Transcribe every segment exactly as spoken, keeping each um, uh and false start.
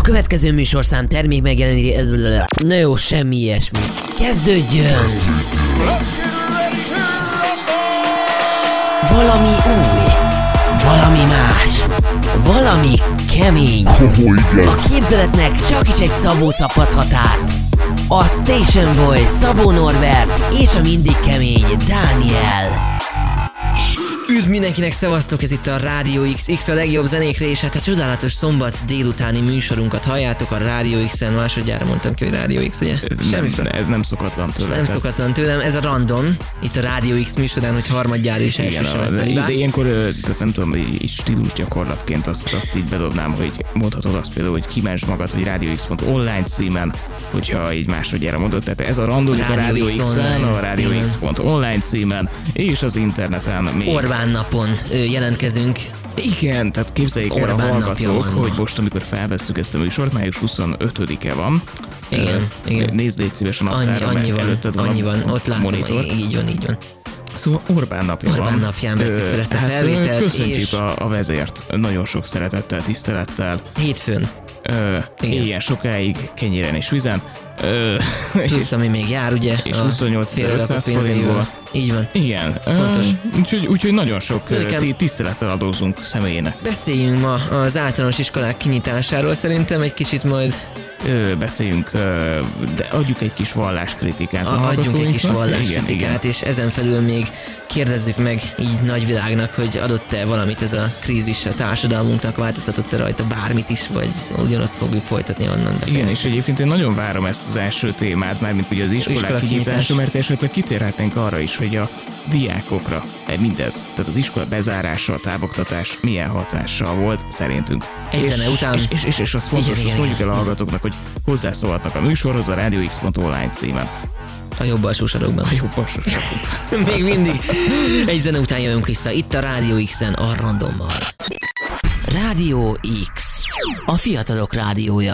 A következő műsorszám termék megjeleníti... Na jó, semmi ilyesmi. Kezdődjön! Valami új, valami más, valami kemény. A képzeletnek csak is egy Szabó szabhathat át. A Station Boy, Szabó Norbert és a mindig kemény Dániel. Üdv mindenkinek, szevasztok, ez itt a Rádió X, X a legjobb zenékre, és hát a csodálatos szombat délutáni műsorunkat halljátok a Rádió X-en, másodjára mondtam ki, hogy Rádió X, ugye? Nem, ez nem szokatlan tőlem. Nem tehát... szokatlan tőlem, ez a random, itt a Rádió X műsorán, hogy harmadjára is elsősem ezt a hibát. De ilyenkor, tehát nem tudom, így stílus gyakorlatként azt, azt így bedobnám, hogy mondhatod azt például, hogy kimens magad, hogy rádió x pont online címen, hogyha így másodjára mondod, tehát ez a random itt a Rádió X-en, a rádió x pont online címen, és az interneten még... Orbán napon jelentkezünk. Igen, tehát képzeljék el a hallgatók, hogy most, amikor felvesszük ezt a műsort, május huszonötödike van. Igen, uh, igen. Nézd, légy szíves a naptára, annyi, mert van, előtted van annyi a van, ott látom, monitor. Így van, így van. Szóval Orbán napja Orbán van. napján veszük fel ezt a felvételt. Hát, köszöntjük és... a, a vezért nagyon sok szeretettel, tisztelettel. Hétfőn. Ö, ilyen sokáig, kenyéren és vizen. Ö, Plusz, ami még jár, ugye? És huszonnyolcezer-ötszáz forintból. Így van. Igen. Fontos. Úgyhogy úgy, nagyon sok Nekem... tisztelettel adózunk személyének. Beszéljünk ma az általános iskolák kinyitásáról, szerintem egy kicsit majd... Ö, beszéljünk, ö, de adjuk egy kis valláskritikát. A, adjunk egy kis valláskritikát, igen, igen. És ezen felül még kérdezzük meg így nagyvilágnak, hogy adott-e valamit ez a krízis a társadalmunknak, változtatott-e rajta bármit is, vagy ugyanott fogjuk folytatni onnan. Igen, és egyébként én nagyon várom ezt az első témát, mármint ugye az iskolák kinyitása, mert esetleg kitérhetnénk arra is, hogy a diákokra mindez, tehát az iskola bezárása, a távoktatás milyen hatással volt szerintünk. Egy zene után. És, és, és, és az fontos, igen, azt mondjuk el a hallgatóknak, hogy hozzászólhatnak a műsorhoz a rádió x pont online címen. A jobb alsó sarokban. A jobb alsó sarokban. Még mindig. Egy zene után jövünk vissza, itt a Rádió X-en a randommal. Rádió X. A fiatalok rádiója.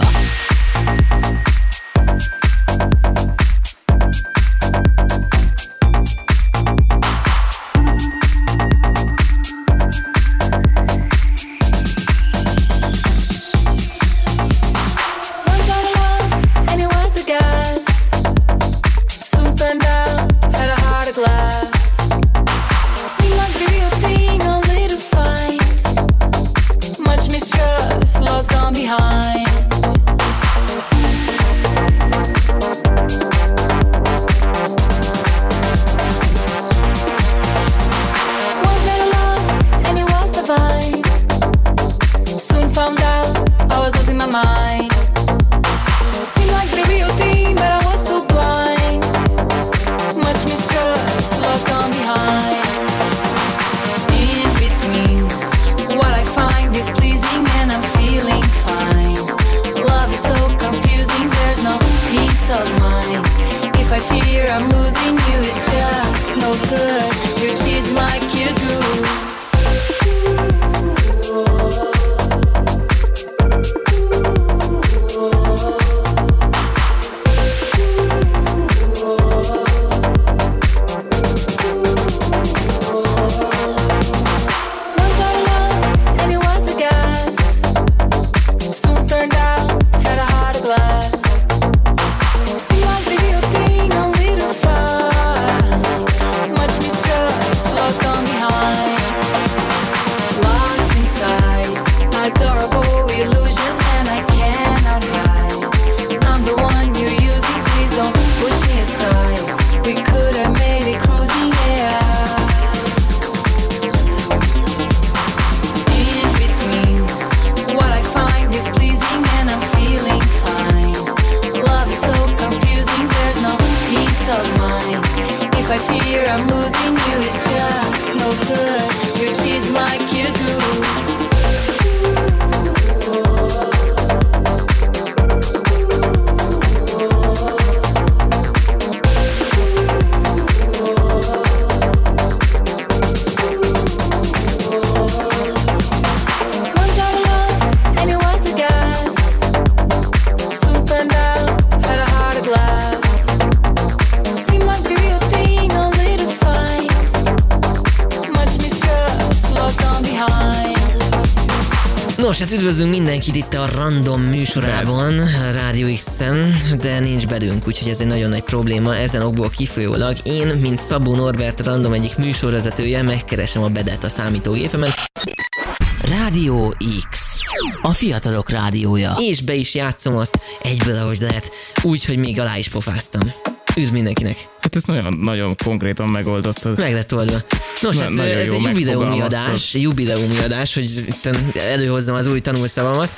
Good, you tease like you do. Nos, hát üdvözlünk mindenkit itt a Random műsorában, a Rádió X-en, de nincs bedünk, úgyhogy ez egy nagyon nagy probléma. Ezen okból kifolyólag én, mint Szabó Norbert, a Random egyik műsorvezetője, megkeresem a bedet a számítógépemen. Rádió X, a fiatalok rádiója. És be is játszom azt egyből, ahogy lehet, úgy, hogy még alá is pofáztam. Üdv mindenkinek! Hát ezt nagyon, nagyon konkrétan megoldottad. Meg lett oldva. Nos, Na, hát ez egy jubileumi adás, jubileumi adás, hogy itt előhozzam az új tanult szavamat.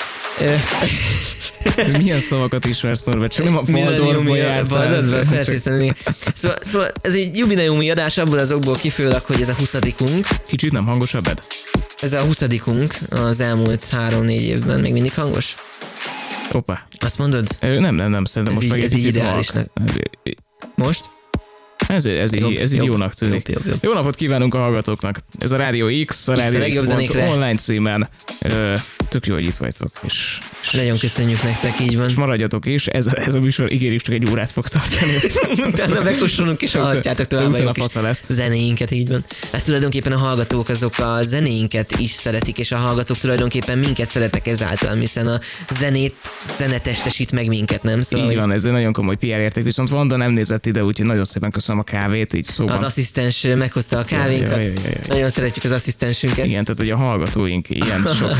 Milyen szavakat ismersz, Norbert? Csak nem a Waldorfba jártál. Waldorfba, feltétlenül. Szóval, szóval ez egy jubileumi adás abból az okból kifolyólag, hogy ez a huszadikunk. Kicsit nem hangosabbed? Ez a huszadikunk az elmúlt három-négy évben. Még mindig hangos? Hoppá. Azt mondod? Nem, nem, nem, szerintem ez most így, meg egy picit ideálisnak. Most? Ez, ez, jobb, így, ez így jobb, jónak tűnik. Jobb, jobb, jobb. Jó napot kívánunk a hallgatóknak. Ez a Rádió X, a Rádió X online címen. Ö, tök jó, hogy itt vagytok. És, Nagyon köszönjük nektek, így van. És maradjatok is, ez, ez a műsor ígérjük csak egy órát fog tartani. Utána bekussolunk és hallhatjátok tovább a fasza lesz. Zenéinket, így van. Hát tulajdonképpen a hallgatók azok a zenéinket is szeretik, és a hallgatók tulajdonképpen minket szeretnek ezáltal, hiszen a zenét, zenetestesít meg minket, nem? Szóval, így van, ez egy nagyon komoly pé er érték, viszont Vanda nem nézett ide, úgyhogy nagyon szépen köszönöm a kávét, így szóban. Az asszisztens meghozta a kávénkat. Jaj, jaj, jaj, jaj. Nagyon szeretjük az asszisztensünket. Igen, tehát hogy a hallgatóink ilyen sok...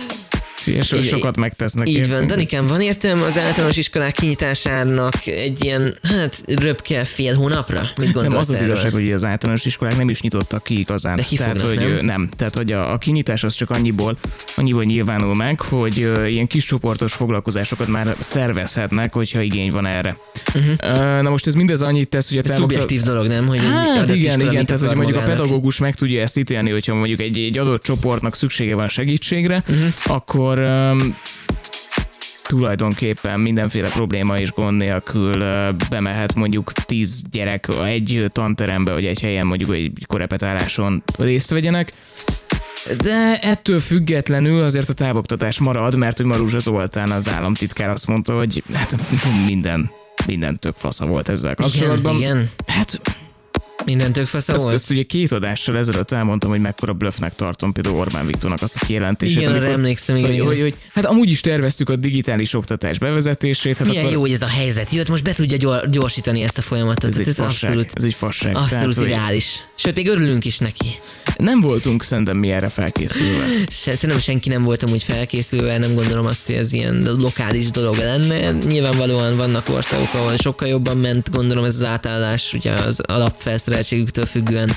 So, sokat megtesznek. Így értünk. van. Danikám, van értelme az általános iskolák kinyitásának egy ilyen, hát röpke fél hónapra? Mit gondolsz? Nem, az az erről? igazság, hogy az általános iskolák nem is nyitottak ki igazán. De tehát, hogy nem? nem. Tehát, hogy a, a kinyitás az csak annyiból, annyiból nyilvánul meg, hogy uh, ilyen kis csoportos foglalkozásokat már szervezhetnek, hogyha igény van erre. Uh-huh. Uh, na most ez mindez annyit tesz, hogy a ez szubjektív dolog, nem? Hogy hát igen, igen, tehát hogy mondjuk magának. A pedagógus meg tudja ezt ítélni, hogyha mondjuk egy, egy adott csoportnak szüksége van segítségre, uh-huh. akkor um, tulajdonképpen mindenféle probléma és gond nélkül bemehet mondjuk tíz gyerek egy tanterembe, vagy egy helyen mondjuk egy korepetáláson részt vegyenek. De ettől függetlenül azért a távoktatás marad, mert hogy Maruzsa Zoltán, az államtitkár azt mondta, hogy hát minden, minden tök fasza volt ezzel kapcsolatban. Igen, igen. Hát... Minden tök fasza volt? Ezt ugye két adással ezelőtt elmondtam, hogy mekkora bluffnek tartom például Orbán Viktornak azt a kijelentését. Igen, arra emlékszem, igen, hogy, igen. Hogy, hogy, hát amúgy is terveztük a digitális oktatás bevezetését. Hát milyen akkor... jó, hogy ez a helyzet jött, most be tudja gyorsítani ezt a folyamatot. Ez, egy, ez fasság, abszolút, ez egy fasság. Abszolút Tehát, ideális. Sőt, még örülünk is neki. Nem voltunk szerintem mi erre felkészülve. Se, szerintem senki nem volt amúgy felkészülve, nem gondolom azt, hogy ez ilyen lokális dolog lenne. Nyilvánvalóan vannak országok, ahol sokkal jobban ment, gondolom ez az átállás, ugye az alapfelszereltségüktől függően.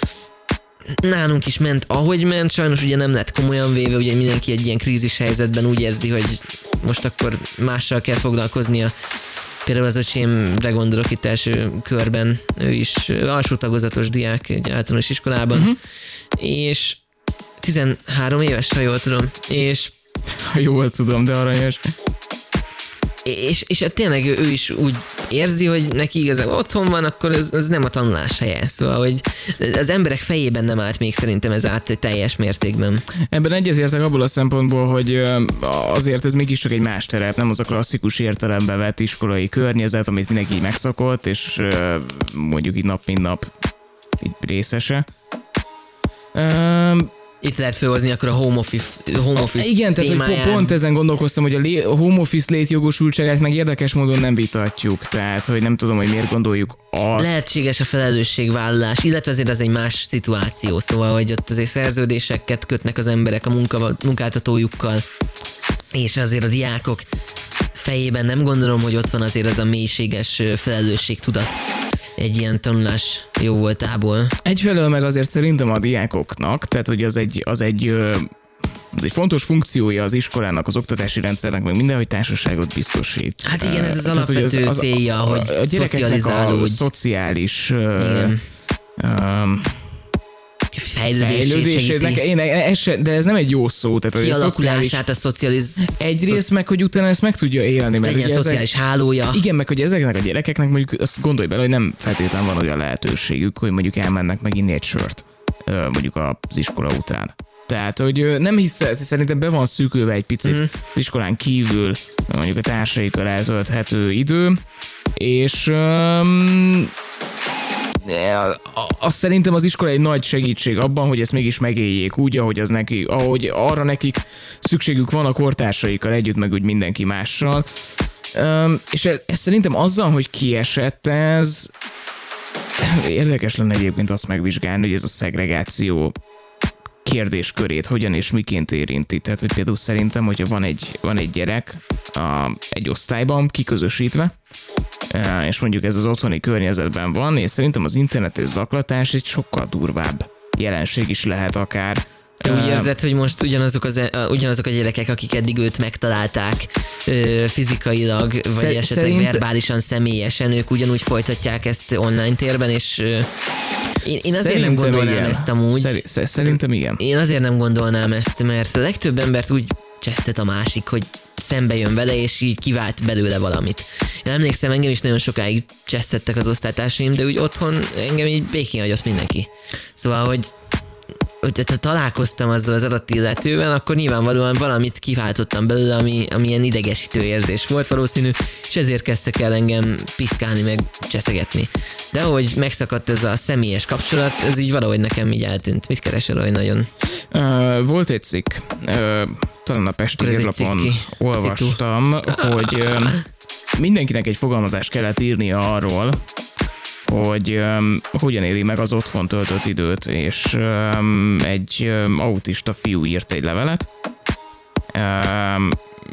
Nálunk is ment, ahogy ment, sajnos ugye nem lett komolyan véve, ugye mindenki egy ilyen krízis helyzetben úgy érzi, hogy most akkor mással kell foglalkoznia. Például az öcsémre gondolok itt első körben, ő is alsó tagozatos diák egy általános iskolában, uh-huh. és tizenhárom éves, ha jól tudom, és... Ha jól tudom, de aranyos. És, és tényleg ő is úgy érzi, hogy neki igazából otthon van, akkor ez, ez nem a tanulás helye. Szóval, hogy az emberek fejében nem állt még szerintem ez át teljes mértékben. Ebben egyezértek abból a szempontból, hogy azért ez mégiscsak egy más terep, nem az a klasszikus értelembe vett iskolai környezet, amit mindenki így megszokott, és mondjuk így nap mint nap így részese. Um, Itt lehet felhozni akkor a home office, home office igen, tehát témáján. hogy pont ezen gondolkoztam, hogy a, lé, a home office létjogosultságát meg érdekes módon nem vitatjuk. Tehát, hogy nem tudom, hogy miért gondoljuk azt. Lehetséges a felelősségvállalás, illetve azért az egy más szituáció, szóval, hogy ott azért szerződéseket kötnek az emberek a munka, munkáltatójukkal, és azért a diákok fejében nem gondolom, hogy ott van azért az a mélységes felelősségtudat egy ilyen tanulás jó voltából. Egyfelől meg azért szerintem a diákoknak, tehát hogy az egy, az egy, az egy fontos funkciója az iskolának, az oktatási rendszernek, meg minden, hogy társaságot biztosít. Hát igen, ez az tehát, alapvető hogy az, az, célja, a, hogy a gyerekeknek a szociális igen. Um, fejlődését, én, ez se, de ez nem egy jó szó. Tehát, kialakulását a szociális... Egyrészt meg, hogy utána ezt meg tudja élni. Meg legyen szociális ezek, hálója. Igen, meg hogy ezeknek a gyerekeknek mondjuk azt gondolj bele, hogy nem feltétlenül van olyan lehetőségük, hogy mondjuk elmennek meginni egy sört mondjuk az iskola után. Tehát, hogy nem hiszem, szerintem be van szűkülve egy picit mm-hmm. az iskolán kívül mondjuk a társaikkal eltölthető idő, és um, azt szerintem az iskola egy nagy segítség abban, hogy ezt mégis megéljék úgy, ahogy, az neki, ahogy arra nekik szükségük van a kortársaikkal együtt, meg úgy mindenki mással. És ez, ez szerintem azzal, hogy kiesett ez, érdekes lenne egyébként azt megvizsgálni, hogy ez a szegregáció kérdéskörét hogyan és miként érinti. Tehát, hogy például szerintem, hogyha van egy, van egy gyerek a, egy osztályban kiközösítve, és mondjuk ez az otthoni környezetben van, és szerintem az internetes zaklatás egy sokkal durvább jelenség is lehet akár. Te úgy érzed, hogy most ugyanazok, az, ugyanazok a gyerekek, akik eddig őt megtalálták ö, fizikailag, vagy Szer- esetleg szerint... verbálisan, személyesen, ők ugyanúgy folytatják ezt online térben, és ö, én, én azért szerintem nem gondolnám igen. ezt amúgy. Szer- szerintem igen. Én azért nem gondolnám ezt, mert a legtöbb embert úgy csesztet a másik, hogy szembe jön vele, és így kivált belőle valamit. Én emlékszem, engem is nagyon sokáig csesztettek az osztálytársaim, de úgy otthon engem így békén hagyott mindenki. Szóval, hogy hogyha találkoztam azzal az adott illetővel, akkor nyilvánvalóan valamit kiváltottam belőle, ami, ami ilyen idegesítő érzés volt valószínű, és ezért kezdtek el engem piszkálni, meg cseszegetni. De ahogy megszakadt ez a személyes kapcsolat, ez így valahogy nekem így eltűnt. Mit keresel, hogy nagyon? Uh, volt egy cikk, uh, talán a Pesti Hírlapon olvastam, hogy uh, mindenkinek egy fogalmazást kellett írnia arról, hogy um, hogyan éli meg az otthon töltött időt, és um, egy um, autista fiú írt egy levelet, um,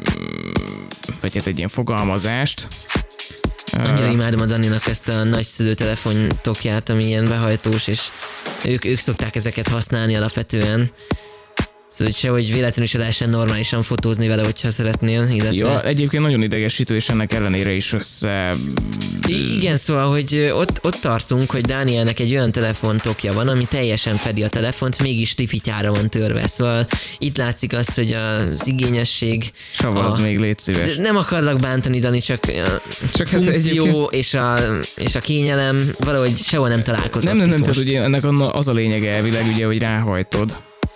vagy hát egy ilyen fogalmazást. Annyira imádom a Daninak ezt a nagyszülő telefontokját, ami ilyen behajtós, és ők, ők szokták ezeket használni alapvetően. Szóval, hogy sehogy véletlenül se lehessen normálisan fotózni vele, hogyha szeretnél. Illetve... Ja, egyébként nagyon idegesítő, és ennek ellenére is össze... I- igen, szóval, hogy ott, ott tartunk, hogy Dánielnek egy olyan telefontokja van, ami teljesen fedi a telefont, mégis tipityára van törve. Szóval itt látszik az, hogy az igényesség... Savazz a... még, légy szíves. Nem akarlak bántani, Dani, csak a csak funkció egyébként... és, a, és a kényelem valahogy sehol nem találkozott. Nem, nem, nem, tehát ugye ennek az a lényege elvileg, ugye, hogy ráhajtod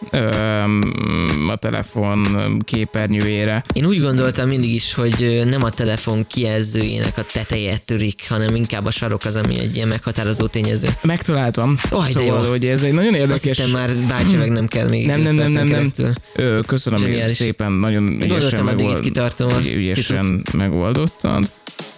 a telefon képernyőjére. Én úgy gondoltam mindig is, hogy nem a telefon kijelzőjének a teteje törik, hanem inkább a sarok az, ami egy ilyen meghatározó tényező. Megtaláltam. Oh, szóval, hogy ez egy nagyon érdekes... Azt hittem már bácsöveg nem kell még nem, nem, nem, nem, nem. Ö, köszönöm Zseniális. Szépen, nagyon ügyesen, megold... ügyesen megoldottad.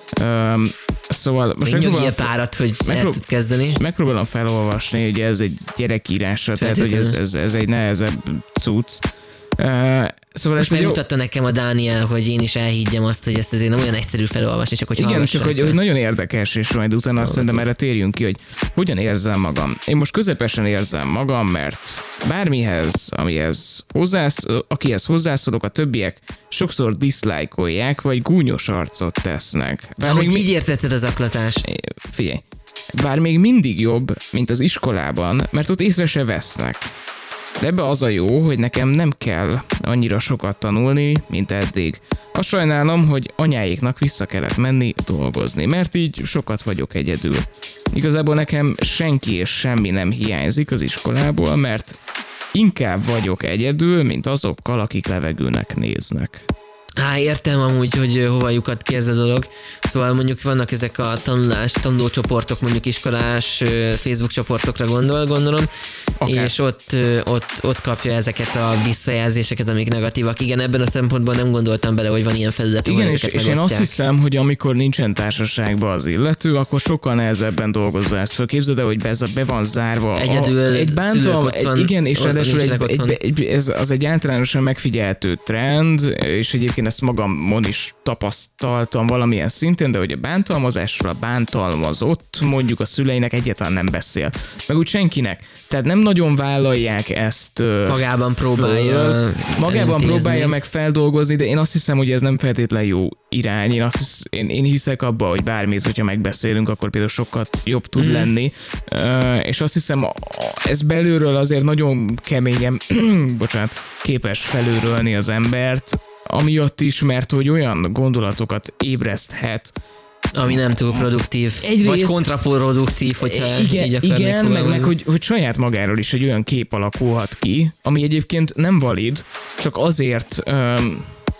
Um, szóval most megpróbálom, párat, hogy megprób- el tud kezdeni. Megpróbálom felolvasni, ugye ez egy gyerekírása, tehát hogy ez, ez, ez egy nehezebb cucc. Uh, Szóval most megmutatta jó... nekem a Dániel, hogy én is elhiggyem azt, hogy ezt azért nem olyan egyszerű felolvasni, csak hogy igen, csak hogy, hogy nagyon érdekes, és majd utána azt szerintem erre térjünk ki, hogy hogyan érzem magam. Én most közepesen érzem magam, mert bármihez, amihez hozzász, akihez hozzászólok, a többiek sokszor diszlájkolják, vagy gúnyos arcot tesznek. Bár még így értetted az aklatást? Figyelj, bár még mindig jobb, mint az iskolában, mert ott észre se vesznek. De ebbe az a jó, hogy nekem nem kell annyira sokat tanulni, mint eddig. Azt sajnálom, hogy anyáéknak vissza kellett menni dolgozni, mert így sokat vagyok egyedül. Igazából nekem senki és semmi nem hiányzik az iskolából, mert inkább vagyok egyedül, mint azokkal, akik levegőnek néznek. Á, értem amúgy, hogy hova lyukat ki ez a dolog. Szóval mondjuk vannak ezek a tanulás, tanulócsoportok, mondjuk iskolás Facebook csoportokra gondol, gondolom, okay. És ott, ott, ott kapja ezeket a visszajelzéseket, amik negatívak. Igen, ebben a szempontból nem gondoltam bele, hogy van ilyen felület. Igen, és, és én azt hiszem, hogy amikor nincsen társaságban az illető, akkor sokkal nehezebben dolgozza ezt. Képzeld el, hogy be, be van zárva. Egyedül a, egy bántal, egy, van, igen, és ráadásul egy, egy, egy, ez az egy általánosan megfigyeltő trend, és egyébként ezt magamon is tapasztaltam valamilyen szinten, de hogy a bántalmazásról a bántalmazott mondjuk a szüleinek egyáltalán nem beszél. Meg úgy senkinek. Tehát nem nagyon vállalják ezt. Magában próbálja. Magában próbálja meg feldolgozni, de én azt hiszem, hogy ez nem feltétlen jó irány. Én, azt hisz, én, én hiszek abba, hogy bármit, hogyha megbeszélünk, akkor például sokkal jobb tud mm. lenni. Uh, és azt hiszem, ez belülről azért nagyon keményen, bocsánat, képes felülrölni az embert, amiatt is, mert hogy olyan gondolatokat ébreszthet, ami nem túl produktív, egyrészt, vagy kontraproduktív, hogyha igen, így igen, meg, meg hogy, hogy saját magáról is egy olyan kép alakulhat ki, ami egyébként nem valid, csak azért... Um,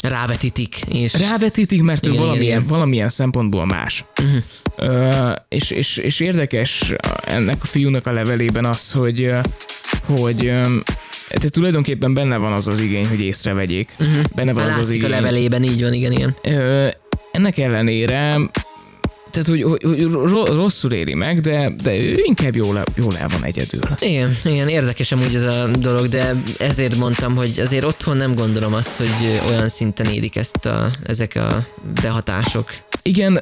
rávetítik. És... Rávetítik, mert igen, ő valamilyen, igen. valamilyen szempontból más. Uh-huh. Ö, és, és, és érdekes ennek a fiúnak a levelében az, hogy, hogy te tulajdonképpen benne van az az igény, hogy észrevegyék. Uh-huh. Benne van hát az az igény. a levelében, így van, igen, igen. Ö, ennek ellenére tehát, hogy, hogy, hogy rosszul éri meg, de, de ő inkább jól, jól el van egyedül. Igen, igen, érdekes amúgy ez a dolog, de ezért mondtam, hogy azért otthon nem gondolom azt, hogy olyan szinten érik ezt a, ezek a behatások. Igen.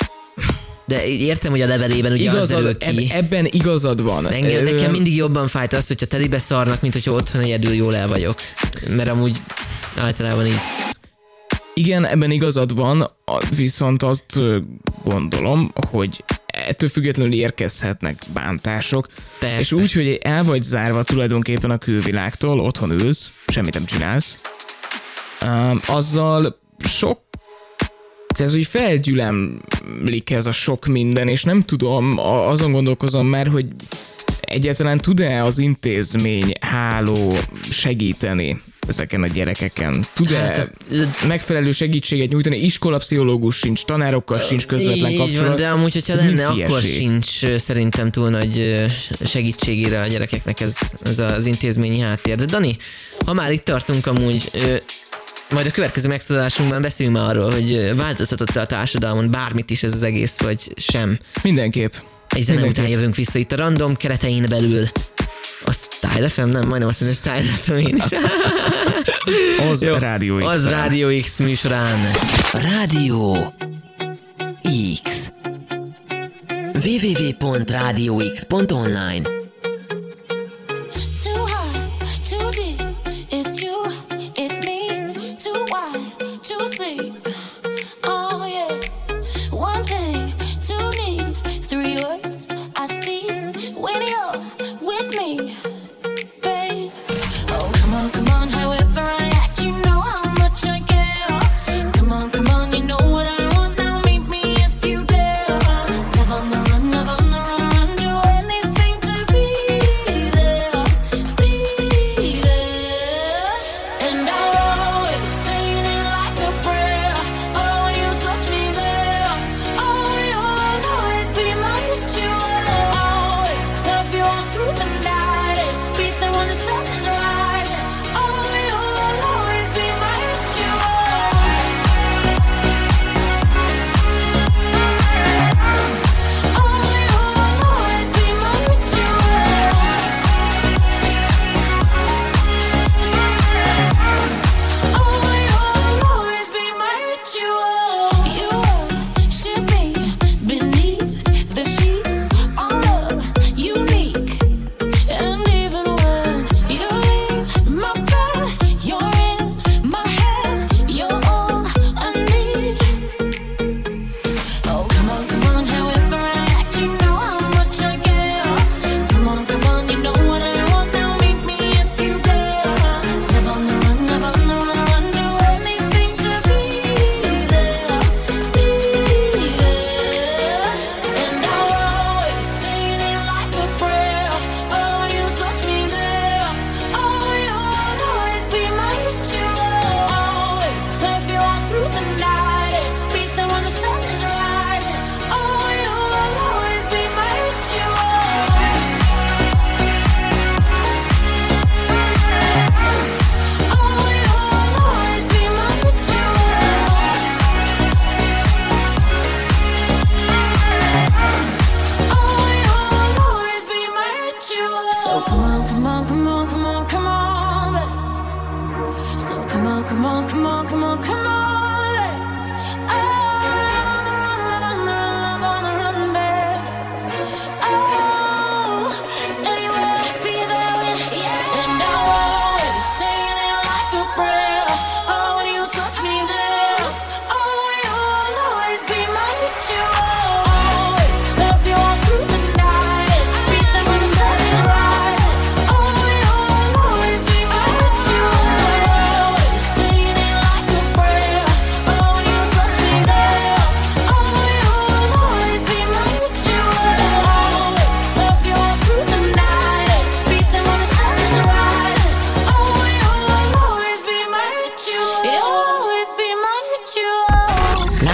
De értem, hogy a levelében ugye igazad, az derül ki. Ebben igazad van. Engem, nekem mindig jobban fájt az, hogyha telibe szarnak, mint hogyha otthon egyedül jól el vagyok. Mert amúgy általában így. Igen, ebben igazad van, viszont azt gondolom, hogy ettől függetlenül érkezhetnek bántások. Persze. És úgy, hogy el vagy zárva tulajdonképpen a külvilágtól, otthon ülsz, semmit nem csinálsz, azzal sok, ez úgy felgyülemlik ez a sok minden, és nem tudom, azon gondolkozom már, hogy egyáltalán tud-e az intézmény háló segíteni ezeken a gyerekeken? Tud-e hát, megfelelő segítséget nyújtani? Iskolapszichológus sincs, tanárokkal sincs közvetlen kapcsolat. De amúgy, hogyha ez lenne, akkor sincs szerintem túl nagy segítségére a gyerekeknek ez, ez az intézményi háttér. De Dani, ha már itt tartunk amúgy, majd a következő megszólalásunkban beszéljünk már arról, hogy változtatott-e a társadalmon bármit is ez az egész, vagy sem. Mindenképp. Egy zene után jövünk vissza itt a random keretein belül. A Style ef em? Nem, majdnem azt mondom, Style ef em én is. Az Jó, Rádió X. Az Rádió X műsorán. Rádió X. double-u double-u double-u pont rádió x pont online. And I always saying it like a prayer.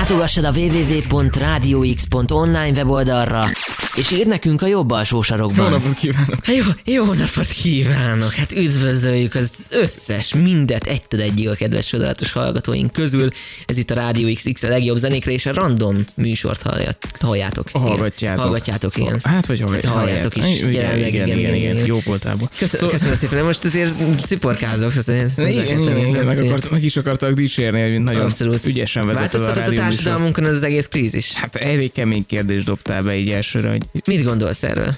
Látogassad a double-u double-u double-u pont rádió x pont online weboldalra, és írd nekünk a jobb alsó sarokban. Jó napot kívánok! Hát jó, jó napot kívánok! Hát üdvözöljük az összes, mindet egytől egyig a kedves csodálatos hallgatóink közül. Ez itt a Rádió iksz iksz a legjobb zenékre, és a random műsort halljátok. Hallgatjátok. Hallgatjátok, igen. Hát, vagy hallgatjátok. Halljátok is. Igen, Jelenleg, igen, igen, igen, igen. Jó voltából. Köszönöm, köszönöm szépen, most azért sziporkázok. Igen, igen, igen, meg, akart, meg is akartak dicsérni, hogy nagyon abszolút ügyesen vezetted a rádió. Változtatott a társadalmunkon ez az egész krízis? Hát elég kemény kérdést dobtál be így elsőre, hogy... Mit gondolsz erről?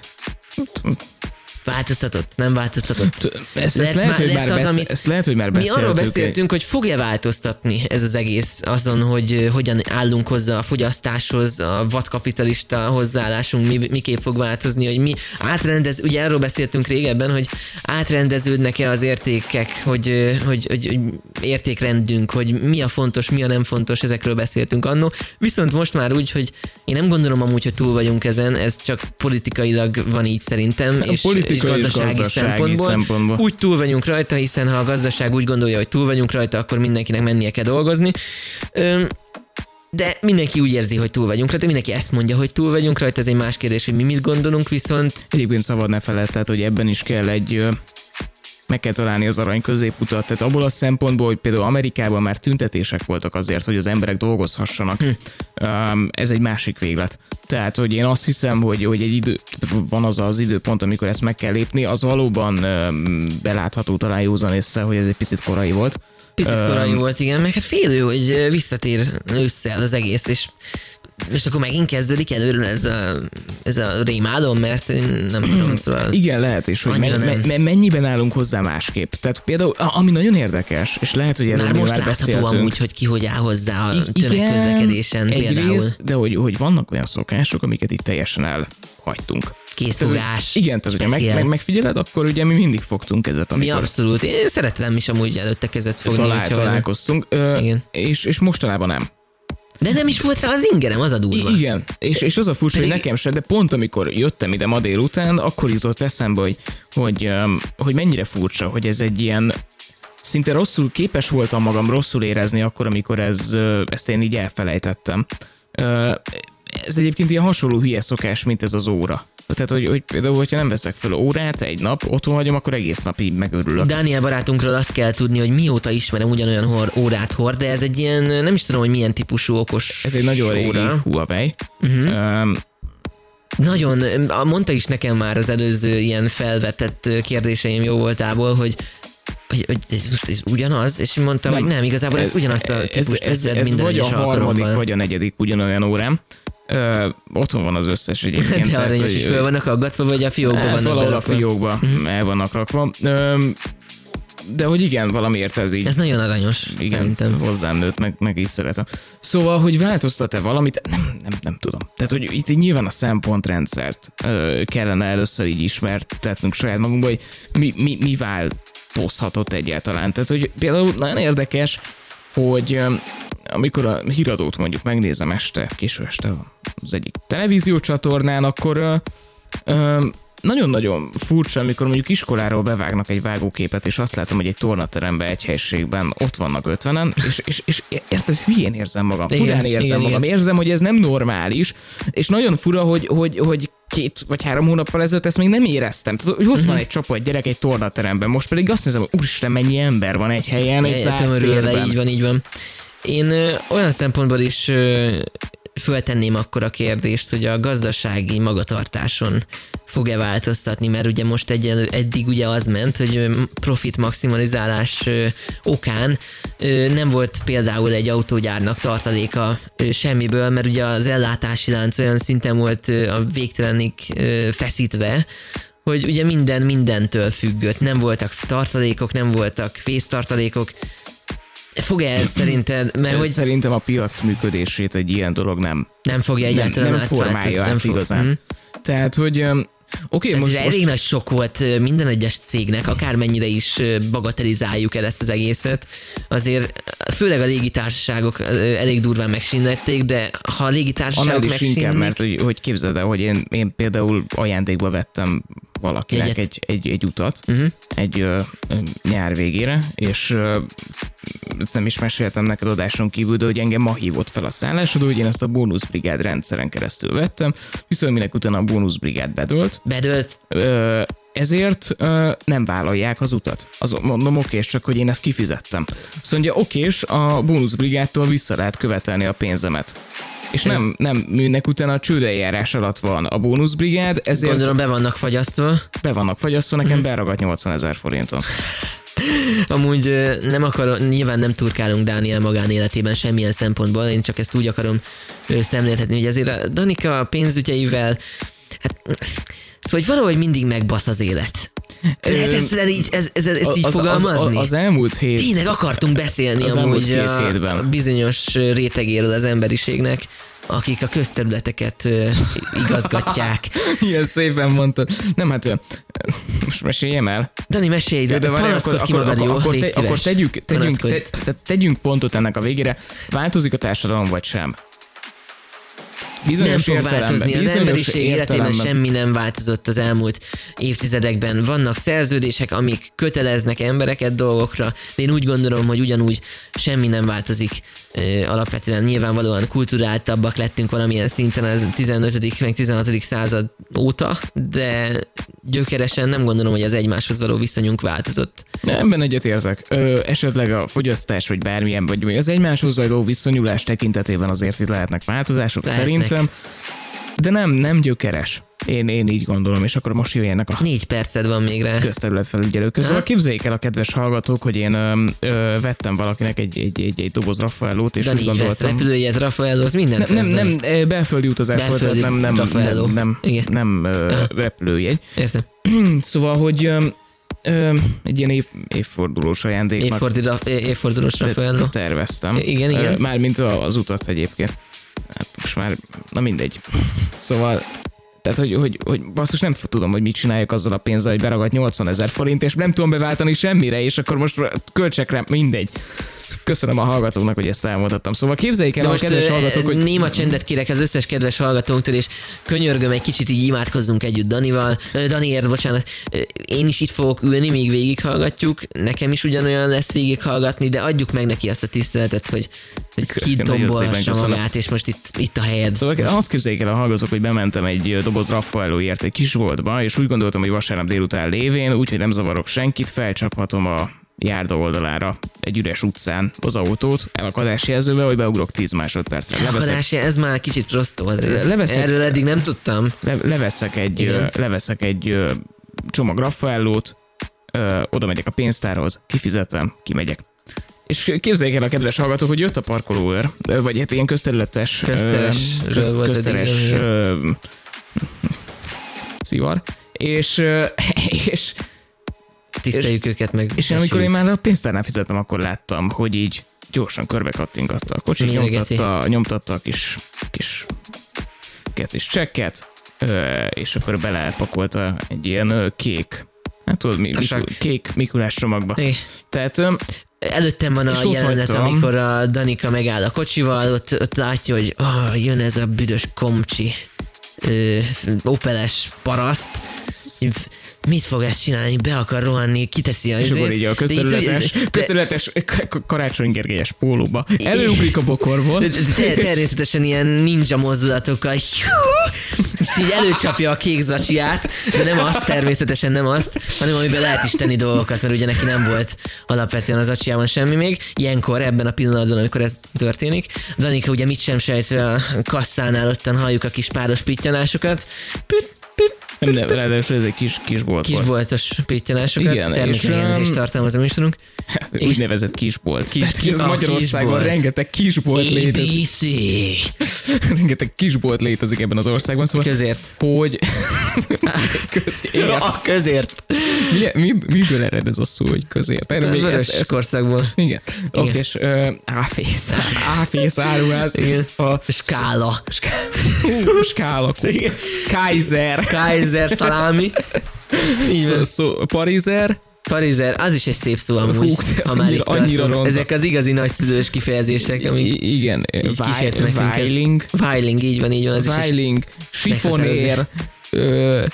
Változtatott? Nem változtatott? Ezt, ezt, lehet, hogy már besz... ezt lehet, hogy már beszéltünk. Mi arról beszéltünk, hogy fog-e változtatni ez az egész azon, hogy hogyan állunk hozzá a fogyasztáshoz, a vadkapitalista hozzáállásunk mi, miképp fog változni, hogy mi átrendez, ugye erről beszéltünk régebben, hogy átrendeződnek-e az értékek, hogy, hogy, hogy, hogy értékrendünk, hogy mi a fontos, mi a nem fontos, ezekről beszéltünk annó. Viszont most már úgy, hogy én nem gondolom amúgy, hogy túl vagyunk ezen, ez csak politikailag van így szerintem, és, és gazdasági, gazdasági szempontból. szempontból. Úgy túl vagyunk rajta, hiszen ha a gazdaság úgy gondolja, hogy túl vagyunk rajta, akkor mindenkinek mennie kell dolgozni. Üm, de mindenki úgy érzi, hogy túl vagyunk rajta, mindenki ezt mondja, hogy túl vagyunk rajta, ez egy más kérdés, hogy mi mit gondolunk, viszont... Egyébként szabad ne feled, tehát, hogy ebben is kell egy... meg kell találni az arany középutat. Tehát abból a szempontból, hogy például Amerikában már tüntetések voltak azért, hogy az emberek dolgozhassanak. Hm. Um, ez egy másik véglet. Tehát, hogy én azt hiszem, hogy, hogy egy idő, van az az időpont, amikor ezt meg kell lépni, az valóban um, belátható talán józan észre, hogy ez egy picit korai volt. Picit korai um, volt, igen, meg hát félő, hogy visszatér ősszel az egész, és és akkor megint kezdődik előről ez a, ez a rémálom, mert én nem tudom, szóval... Igen, lehet is, hogy me- me- me- mennyiben állunk hozzá másképp. Tehát például, ami nagyon érdekes, és lehet, hogy erről már most már látható beszéltünk. amúgy, hogy ki hogy áll hozzá a tömegközlekedésen például. Rész, de hogy, hogy vannak olyan szokások, amiket itt teljesen elhagytunk. Készfogás. Igen, tehát hogyha meg, meg, megfigyeled, akkor ugye mi mindig fogtunk kezet. Amikor... Mi abszolút. Én szeretem is amúgy előtte kezet fogni. Talál, találkoztunk. Ö, igen. És, és mostanában nem. De nem is volt rá az ingerem, az a durva. I- igen, és, és az a furcsa, Pedig... hogy nekem se, de pont amikor jöttem ide ma délután, akkor jutott eszembe, hogy, hogy, hogy mennyire furcsa, hogy ez egy ilyen, szinte rosszul, képes voltam magam rosszul érezni akkor, amikor ez, ezt én így elfelejtettem. Ez egyébként ilyen hasonló hülye szokás, mint ez az óra. Tehát, hogy, hogy például, hogyha nem veszek fel órát, egy nap otthon hagyom, akkor egész nap így megörülök. Dániel barátunkról azt kell tudni, hogy mióta ismerem ugyanolyan hor, órát hord, de ez egy ilyen, nem is tudom, hogy milyen típusú okos Ez egy nagyon régi Huawei. Uh-huh. Um, Nagyon, mondta is nekem már az előző ilyen felvetett kérdéseim jó voltából, hogy hogy, hogy ez most ez ugyanaz, és mondtam, nem, hogy nem, igazából ez, ezt ugyanazt a típust ez, veszed ez minden vagy egyes a harmadik, alkalommal. vagy a negyedik ugyanolyan órám. Ö, otthon van az összes egyébként. De aranyos is föl vannak aggatva, vagy a fiókban hát, vannak valahol berakva? a fiókba uh-huh. el vannak rakva. Ö, de hogy igen, valamiért ez így. Ez nagyon aranyos, igen, szerintem. hozzám nőtt, meg, meg így szeretem. Szóval, hogy változtat-e valamit? Nem, nem, nem tudom. Tehát, hogy itt nyilván a szempontrendszert ö, kellene először így ismertetnünk saját magunkba, hogy mi, mi, mi változhatott egyáltalán. Tehát, hogy például nagyon érdekes, hogy amikor a híradót mondjuk megnézem este, késő este az egyik televíziócsatornán, akkor ö, ö, nagyon-nagyon furcsa, amikor mondjuk iskoláról bevágnak egy vágóképet, és azt látom, hogy egy tornateremben, egy helységben ott vannak ötvenen, és, és, és érted, hülyén érzem magam, furán érzem igen, magam, igen. Érzem, hogy ez nem normális, és nagyon fura, hogy, hogy, hogy két vagy három hónappal ezelőtt ezt még nem éreztem. Tehát, hogy ott uh-huh. van egy csapat gyerek egy tornateremben, most pedig azt nézem, hogy úristen, mennyi ember van egy helyen, egy zárt térben. Így van, így van. Én ö, olyan szempontból is ö, föltenném akkor a kérdést, hogy a gazdasági magatartáson fog-e változtatni, mert ugye most egy, eddig ugye az ment, hogy profit maximalizálás ö, okán ö, nem volt például egy autógyárnak tartaléka ö, semmiből, mert ugye az ellátási lánc olyan szinten volt ö, a végtelenig ö, feszítve, hogy ugye minden mindentől függött. Nem voltak tartalékok, nem voltak fésztartalékok. Fog-e ez szerinted? Mert hogy szerintem a piac működését egy ilyen dolog nem nem fogja egyáltalán nem, nem formálja át fog, igazán. Mm. Tehát, hogy oké, okay, most, ez most... elég nagy sok volt minden egyes cégnek, akármennyire is bagatelizáljuk el ezt az egészet. Azért főleg a légitársaságok elég durván megsínlették, de ha a légitársaságok megsínlik... inkább, mert hogy, hogy képzeld el, hogy én, én például ajándékba vettem valakinek egy, egy, egy utat uh-huh. egy ö, nyár végére, és ö, nem is meséltem neked adáson kívül, de hogy engem ma hívott fel a szállásodó, hogy én ezt a bónuszbrigád rendszeren keresztül vettem, viszont minek utána a bónuszbrigád bedölt. Bedölt? Ö, ezért ö, nem vállalják az utat. Azon mondom, okés, csak hogy én ezt kifizettem. Azt mondja, okés, a bónuszbrigádtól vissza lehet követelni a pénzemet. És ez... nem, nem műnek utána a csődeljárás alatt van a bónuszbrigád, ezért... Gondolom be vannak fagyasztva. Be vannak fagyasztva, nekem beragadt nyolcvanezer forinton. Amúgy nem akarom, nyilván nem turkálunk Dániel magánéletében semmilyen szempontból, én csak ezt úgy akarom szemléltetni, hogy azért a Danika pénzügyeivel, hát szóval hogy valahogy mindig megbasz az élet. Lehet ezt, ezt így, ez, ez, ezt így az, fogalmazni? Az, az, az elmúlt hét... Tényleg akartunk beszélni az amúgy a, a bizonyos rétegéről az emberiségnek, akik a közterületeket uh, igazgatják. Ilyen szépen mondtad. Nem, hát most meséljem el. Dani, mesélj, de, de panaszkod ki magad, jó? Akkor, te, akkor tegyük, tegyünk, te, te, tegyünk pontot ennek a végére. Változik a társadalom, vagy sem? Bizonyos nem fog változni, az emberiség életében semmi nem változott az elmúlt évtizedekben. Vannak szerződések, amik köteleznek embereket dolgokra, de én úgy gondolom, hogy ugyanúgy semmi nem változik. Alapvetően nyilvánvalóan kulturáltabbak lettünk valamilyen szinten az tizenötödik meg tizenhatodik század óta, de gyökeresen nem gondolom, hogy az egymáshoz való viszonyunk változott. Ebben egyetértek. Ö, esetleg a fogyasztás, vagy bármilyen, vagy az egymáshoz való viszonyulás tekintetében azért itt lehetnek változások, lehetnek. Szerintem. De nem, nem gyökeres. Én, én így gondolom, és akkor most jöjjenek a... Négy perced van még rá. Közterületfelügyelők közül. Képzeljék el a kedves hallgatók, hogy én ö, ö, vettem valakinek egy, egy, egy, egy doboz Raffaellót, és Dani, úgy gondoltam... Dani, így vesz repülőjegyet, Raffaellóhoz, mindent nem, nem, nem, belföldi utazás belföldi volt, nem, nem, nem, nem, nem ö, repülőjegy. Értem. Szóval, hogy... Ö, Ö, egy ilyen év, évfordulós ajándéknak Évfordulós, évfordulós Raffaello. Terveztem. Igen, igen. Ö, mármint az utat egyébként. Hát most már, na mindegy. Szóval, tehát, hogy, hogy, hogy basszus nem tudom, hogy mit csináljak azzal a pénzzel, hogy beragadt nyolcvanezer forint, és nem tudom beváltani semmire, és akkor most költsek rá, mindegy. Köszönöm a hallgatóknak, hogy ezt elmondhattam. Szóval képzeljék el a kedves hallgatók, hogy... Néma csendet kérek az összes kedves hallgatónktól, és könyörgöm, egy kicsit így imádkozzunk együtt Danival. Daniért, bocsánat, én is itt fogok ülni, míg végighallgatjuk. Nekem is ugyanolyan lesz végighallgatni, de adjuk meg neki azt a tiszteletet, hogy, hogy kidombolhassa magát, és most itt, itt a helyed. Szóval most... azt képzeljék el a hallgatók, hogy bementem egy doboz Raffaellóért egy kis boltba, és úgy gondoltam, hogy vasárnap délután lévén, úgyhogy nem zavarok senkit, felcsaphatom a járda oldalára egy üres utcán az autót, elakadási jelzőbe, hogy beugrok tíz másodpercre. Elakadási, ez már kicsit prostó azért. Leveszek, Erről eddig nem tudtam. Le, leveszek egy, ö, leveszek egy ö, csomag Raffaellót, ö, oda megyek a pénztárhoz, kifizetem, kimegyek. És képzeljék el a kedves hallgatók, hogy jött a parkolóőr, vagy hát ilyen közterületes, közteres, ö, köz, közteres ö, szivar, és, ö, és tiszteljük és, őket meg. És amikor én már a pénztárnál fizettem, akkor láttam, hogy így gyorsan körbe kattingatta a kocsit, nyomtatta, nyomtatta a kis, kis kecis csekket, és akkor belepakolta egy ilyen kék, hát tudod mi, Mikul, kék Mikulás csomagba. É. Tehát előttem van a jelenet, hagytam. Amikor a Danika megáll a kocsival, ott, ott látja, hogy oh, jön ez a büdös komcsi. Ö, Opeles paraszt, mit fog ezt csinálni, be akar rohanni, kiteszi a... És akkor így a közterületes, de, közterületes Karácsony Gergelyes pólóba előugrik a bokorból. De, de, természetesen ilyen ninja mozdulatokkal, és így előcsapja a kék zacsiát, de nem azt, természetesen nem azt, hanem amiben lehet is tenni dolgokat, mert ugye neki nem volt alapvetően az zacsiában semmi még. Ilyenkor, ebben a pillanatban, amikor ez történik. Danika ugye mit sem sejtve a kasszánál, ottan halljuk a kis páros pittyanásokat. Püt, püt, Nem, de ráadásul ez egy kis, kisbolt Kisboltos pittyanásokat, termékeny tartalmaz a műsorunk. Úgynevezett kisbolt. Kis, kis, Magyarországon kisbolt. Rengeteg kisbolt létezik. á bé cé. Rengeteg kisbolt létezik ebben az országban, szóval... Közért. Hogy... közért. A közért. Mi, mi, miből ered ez a szó, hogy közért? A vörös ezt, korszakból. Igen. Oké, okay, és uh, áfész. Áfész áruház. Igen. A skála. Skála. Kaiser. Kaiser szalámi. Szó, szó, Parizer. Parizer, az is egy szép szó amúgy, Hú, ha már itt annyira ezek az igazi nagyszülős kifejezések, amik I- igen, így kísértenek minket. Weiling. Weiling, így van, így van. Weiling, sifonér, ö,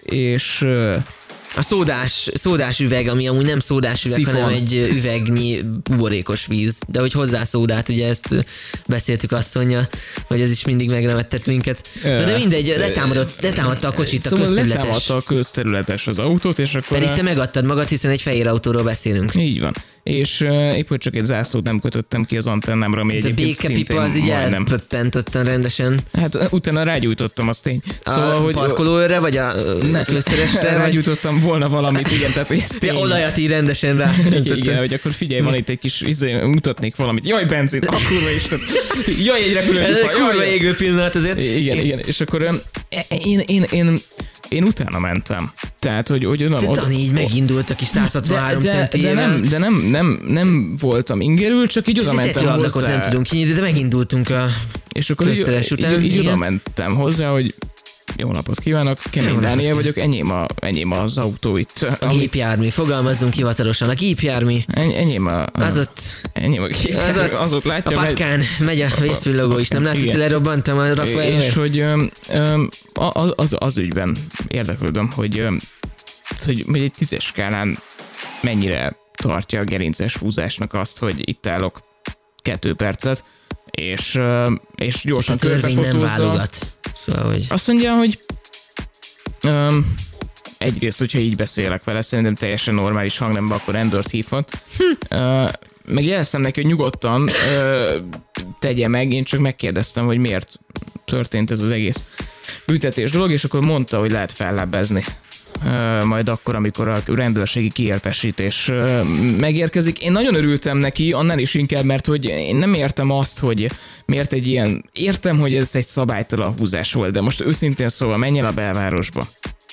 és... A szódás, szódás üveg, ami amúgy nem szódás üveg, Szifon. hanem egy üvegnyi buborékos víz. De hogy hozzá szódát, ugye ezt beszéltük asszonya, hogy ez is mindig megnevettett minket. De, de mindegy, letámadott, letámadta a kocsit szóval a közterületes. letámadta a közterületes az autót, és akkor... Pedig te megadtad magad, hiszen egy fehér autóról beszélünk. Így van. És uh, épp hogy csak egy zászlót nem kötöttem ki az antennámra, ami de egyébként békepipa az így elpöppent ottan rendesen. Hát utána rágyújtottam azt én. Szóval, a hogy parkolóőrre, vagy a ne, közteresre? Rágyújtottam volna valamit, igen, tehát ezt te olajat így rendesen rá. Igen, igen, hogy akkor figyelj, van itt egy kis, izé, mutatnék valamit. Jaj, benzin, a kurva is. Jaj, egy repülős. Ez egy kurva égő pillanat azért. Igen, igen, és akkor én, én, én én utána mentem. Tehát, hogy, hogy oda, oda, Dani így megindult a kis száz hatvanhárom de, de, de, nem, de nem, nem, nem voltam ingerül, csak így oda mentem hozzá. Tetőablakot nem tudunk kinyitni, de megindultunk a és akkor közteres így, után. Így, így oda mentem hozzá, hogy jó napot kívánok, Kemény Dániel vagyok, enyém, a, enyém az autó itt. A ami... gépjármű, fogalmazzunk hivatalosan, a gépjármű. Eny, enyém a... Az ott... Enyém a gépjármű, az ott, az ott látja. A patkán megy, megy a vészvillogó is, nem látod, hogy lerobbantam a Rafael? És hogy öm, öm, az, az, az ügyben érdeklődöm, hogy, öm, hogy, hogy egy tízes skálán mennyire tartja a gerinces húzásnak azt, hogy itt állok kettő percet, és, és gyorsan körbefotózza. Nem válogat. Szóval, hogy... Azt mondja, hogy um, egyrészt, hogyha így beszélek vele, szerintem teljesen normális hangnemben, akkor rendőrt hívhat. Hm. Uh, meg jeleztem neki, hogy nyugodtan uh, tegye meg, én csak megkérdeztem, hogy miért történt ez az egész büntetés dolog, és akkor mondta, hogy lehet fellebbezni. Uh, majd akkor, amikor a rendőrségi kiértesítés uh, megérkezik. Én nagyon örültem neki, annál is inkább, mert hogy én nem értem azt, hogy miért egy ilyen... Értem, hogy ez egy szabálytalan húzás volt, de most őszintén szóval menj el a belvárosba.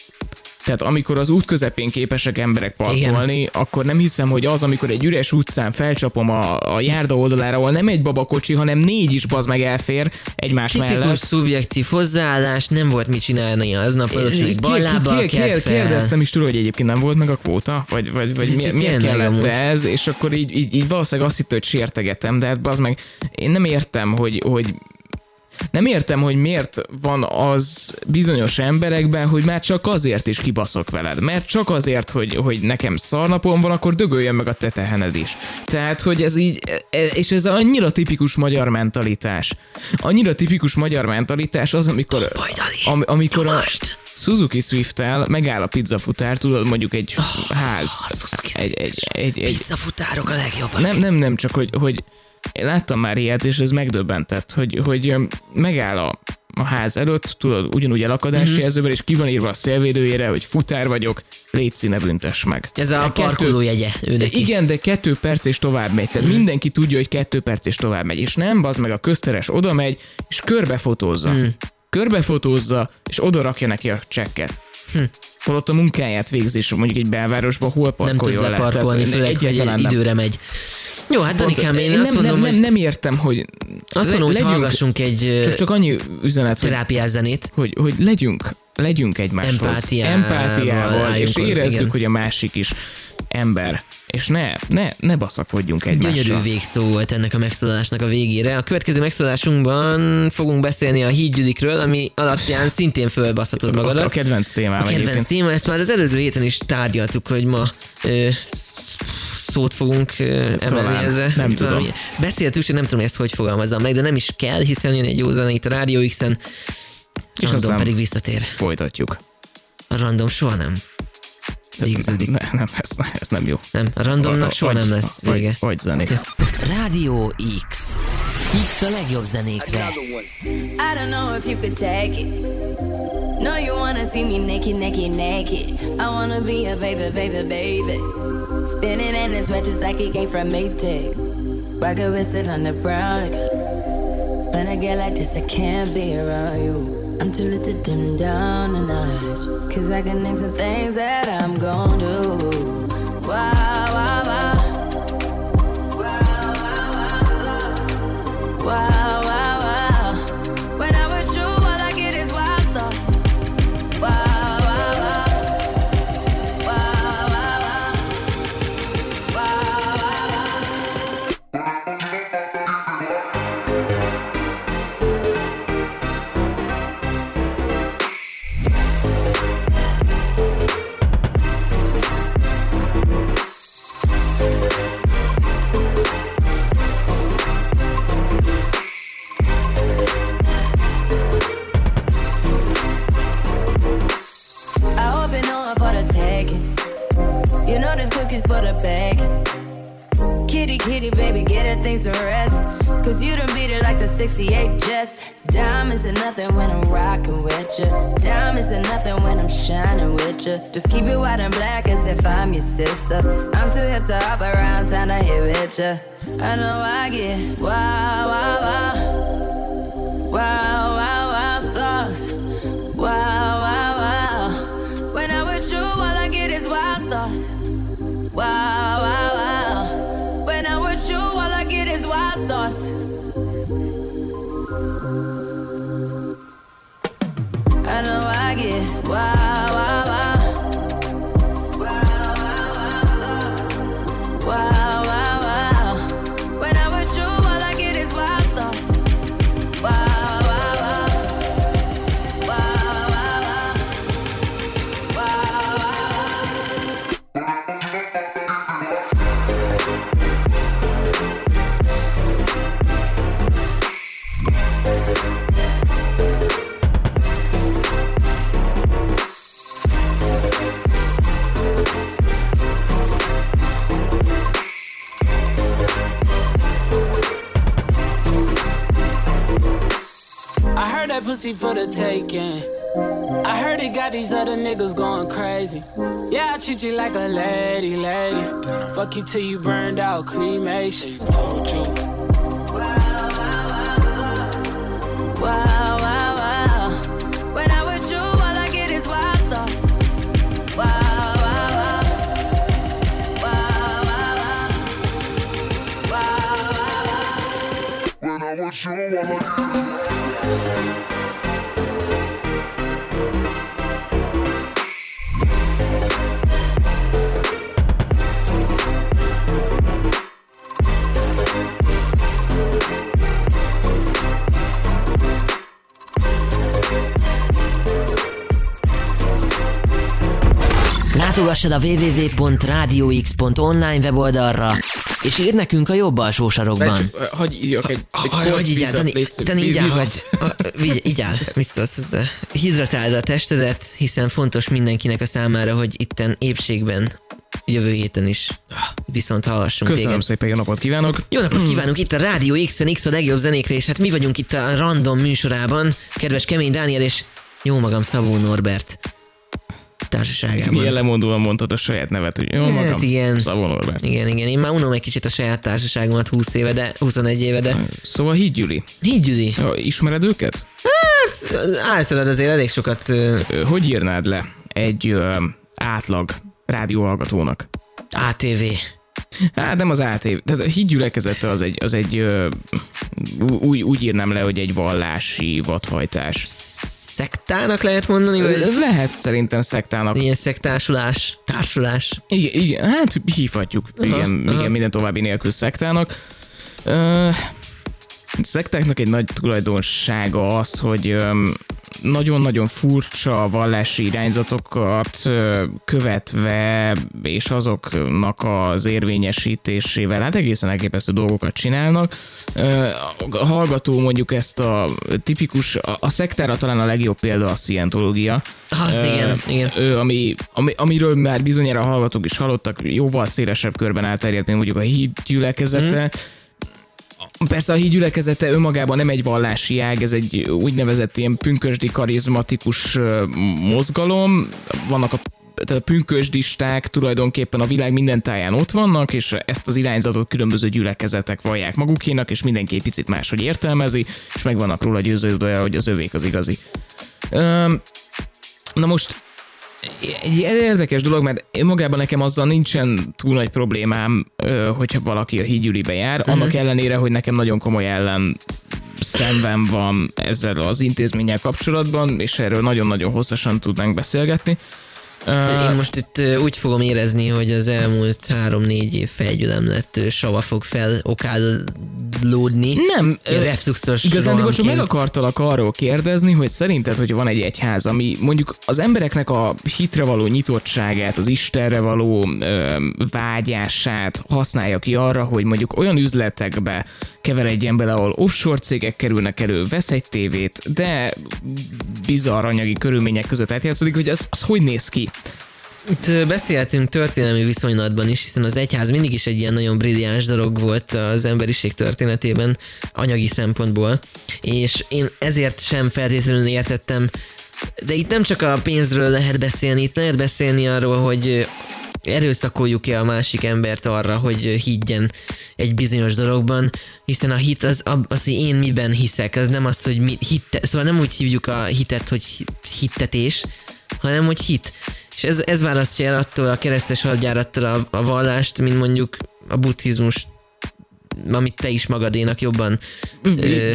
Tehát amikor az út közepén képesek emberek parkolni, igen, akkor nem hiszem, hogy az, amikor egy üres utcán felcsapom a, a járda oldalára, ahol nem egy babakocsi, hanem négy is bazd meg elfér egymás tipikus mellett. Tipikus szubjektív hozzáállás, nem volt mit csinálni aznap, valószínűleg ballábbal kelt fel. Kérdeztem is tőle, hogy egyébként nem volt meg a kvóta, vagy, vagy, vagy mi, miért kellett ez, és akkor így, így, így valószínűleg azt hitte, hogy sértegetem, de hát bazd meg, én nem értem, hogy, hogy Nem értem, hogy miért van az bizonyos emberekben, hogy már csak azért is kibaszok veled. Mert csak azért, hogy, hogy nekem szarnapom van, akkor dögöljön meg a te tehened is. Tehát, hogy ez így, és ez annyira tipikus magyar mentalitás. Annyira tipikus magyar mentalitás az, amikor, am, amikor a Suzuki Swift-tel megáll a pizzafutár, tudod, mondjuk egy oh, ház. Egy, egy, egy, egy, pizzafutárok a legjobbak. Nem, nem, nem, csak hogy, hogy én láttam már ilyet, és ez megdöbbentett, hogy, hogy megáll a, a ház előtt, tudod, ugyanúgy elakadási uh-huh. jelzővel, és ki van írva a szélvédőjére, hogy futár vagyok, légy ne büntess meg. Ez a parkolójegye ő neki. Igen, de kettő perc és tovább megy. Tehát uh-huh. mindenki tudja, hogy kettő perc és tovább megy. És nem, bazd meg, a közteres oda megy, és körbefotózza. Uh-huh. Körbefotózza, és oda rakja neki a csekket. Hm. Holott a munkáját végzi, és mondjuk egy belvárosban hol parkoljon le. Nem tud leparkolni, főleg, hogy időre megy. Jó, hát Danikám, én, én azt nem, mondom, nem, hogy... Nem értem, hogy... Azt mondom, hogy hallgassunk egy... Csak, csak annyi üzenet, terápiás zenét. Hogy, hogy legyünk, legyünk egymáshoz. Empátiával. Empátiával, és érezzük, igen, hogy a másik is ember. És ne, ne, ne baszakodjunk egymással. Gyönyörű végszó volt ennek a megszólalásnak a végére. A következő megszólalásunkban fogunk beszélni a hídgyűlikről, ami alapján szintén fölbaszhatod magadat. A, a kedvenc témám. A kedvenc egyébként. téma, ezt már az előző héten is tárgyaltuk, hogy ma ö, szót fogunk ö, emelni ezre. Nem tudom. Valami. Beszéltük, hogy nem tudom, hogy ezt hogy fogalmazzam meg, de nem is kell, hiszen jön egy jó zene itt a Rádió X-en, és Random pedig visszatér. Folytatjuk. A Random soha nem végződik. Nem, nem, ez, ez nem jó. Nem, a randomnak soha nem lesz vége. Vagy zenék. Rádió X. X a legjobb zenékre. I don't know if you could take it. No, you wanna see me naked, naked, naked. I wanna be a baby, baby, baby. Spinning in his red just like he came from Maytag. Rocket with it on the brown. Like, when I get like this, I can't be around you. I'm too little to dim down the night. Cause I can name some things that I'm gon' do. Wow, wow, wow. Wow, wow, wow. When I'm with you, all I get is wild thoughts. Wow, wow, wow. Wow, wow, wow. Wow, wow, wow. things to rest. Cause you done beat it like the sixty-eight Jets. Diamonds are nothing when I'm rockin' with ya. Diamonds are nothing when I'm shining with ya. Just keep it white and black as if I'm your sister. I'm too hip to hop around town to hit with ya. I know I get wow, wow, wow. Wow, wow, wow thoughts. Wow, wow, wow. When I'm with you, all I get is wild thoughts. Wow, wow, wow. When I'm with you, all I get is wild thoughts. I know I get wow, wow, wow. Wow, wow, wow. Wow, wow, wow. When I'm with you, all I get is wild thoughts. Wow, wow, wow. Wow, wow, wow. Wow, wow, wow. I heard that pussy for the taking. I heard it got these other niggas going crazy. Yeah, I treat you like a lady, lady. Fuck you till you burned out, cremation. Told you. Wow, wow, wow. When I'm with you, all I get is wild thoughts. Wow, wow, wow. Wow, wow, wow. Wow, wow, wow. When I'm with you, all I get is wild thoughts. Látogassad a double-u double-u double-u pont rádió x pont online weboldalra, és írd nekünk a jobb alsó sarokban. Hagyj írjak egy, egy Hogy így áll, Dani, Dani, így áll, hogy... Így áll, mit szólsz hozzá? Hidratáld a testedet, hiszen fontos mindenkinek a számára, hogy itten épségben jövő héten is viszont hallgassunk Köszönöm téged. szépen, jó napot kívánok! Jó napot kívánunk itt a Rádió X-en, X a legjobb zenékre, és hát mi vagyunk itt a Random műsorában, kedves Kemény Dániel és jó magam Szabó Norbert társaságában. Milyen lemondóan mondtad a saját nevet, hogy jó magam, Hát igen. Szabó Norbert. Igen, igen, én már unom egy kicsit a saját társaságomat húsz éve, de huszonegy éve, de Szóval higgy, Gyuri, így Gyuri. ismered őket? Általad azért elég sokat... ö, Ö, Hogy írnád le egy ö, átlag rádióhallgatónak? á té vé. Hát nem az á té vé, tehát a híd gyülekezete az egy, az egy ö, úgy, úgy írnám le, hogy egy vallási vadhajtás. Szektának lehet mondani, vagy Lehet szerintem szektának. ilyen szektársulás, társulás. Igen, igen, hát hívhatjuk, igen, aha. igen, minden további nélkül szektának. Ö, szektáknak egy nagy tulajdonsága az, hogy öm, nagyon-nagyon furcsa vallási irányzatokat ö, követve, és azoknak az érvényesítésével, hát egészen elképesztő dolgokat csinálnak. Ö, a hallgató mondjuk ezt a tipikus, a, a szektára talán a legjobb példa a szientológia. Az Ö, igen, igen. Ö, ami, ami, amiről már bizonyára a hallgatók is hallottak, jóval szélesebb körben elterjedt, mint mondjuk a híd gyülekezete. Mm. Persze a híd gyülekezete önmagában nem egy vallási ág, ez egy úgynevezett ilyen pünkösdi karizmatikus ö, mozgalom. Vannak a tehát a pünkösdisták tulajdonképpen a világ minden táján ott vannak, és ezt az irányzatot különböző gyülekezetek vallják magukénak, és mindenki egy picit máshogy értelmezi, és meg vannak róla győződve, hogy az övék az igazi. Üm, na most egy érdekes dolog, mert magában nekem azzal nincsen túl nagy problémám, hogyha valaki a hídgyülibe jár, uh-huh. annak ellenére, hogy nekem nagyon komoly ellen szemben van ezzel az intézménnyel kapcsolatban, és erről nagyon-nagyon hosszasan tudnánk beszélgetni. Én most itt úgy fogom érezni, hogy az elmúlt három-négy év felgyülemlett sava fog felokádlódni. Nem. Refluxos igazán csak meg akartalak arról kérdezni, hogy szerinted, hogy van egy egyház, ami mondjuk az embereknek a hitre való nyitottságát, az Istenre való ö, vágyását használja ki arra, hogy mondjuk olyan üzletekbe keveredjen bele, ahol offshore cégek kerülnek elő, vesz egy tévét, de bizarr anyagi körülmények között átjátszódik, hogy az, az hogy néz ki? Itt beszéltünk történelmi viszonylatban is, hiszen az egyház mindig is egy ilyen nagyon brilliáns dolog volt az emberiség történetében, anyagi szempontból, és én ezért sem feltétlenül értettem, de itt nem csak a pénzről lehet beszélni, itt lehet beszélni arról, hogy erőszakoljuk-e a másik embert arra, hogy higgyen egy bizonyos dologban, hiszen a hit az, az, hogy én miben hiszek, az nem az, hogy mi, hitte, szóval nem úgy hívjuk a hitet, hogy hittetés, hanem hogy hit. És ez, ez választja el attól a keresztes hadjárattól a, a vallást, mint mondjuk a buddhizmus, amit te is magadénak jobban... ö,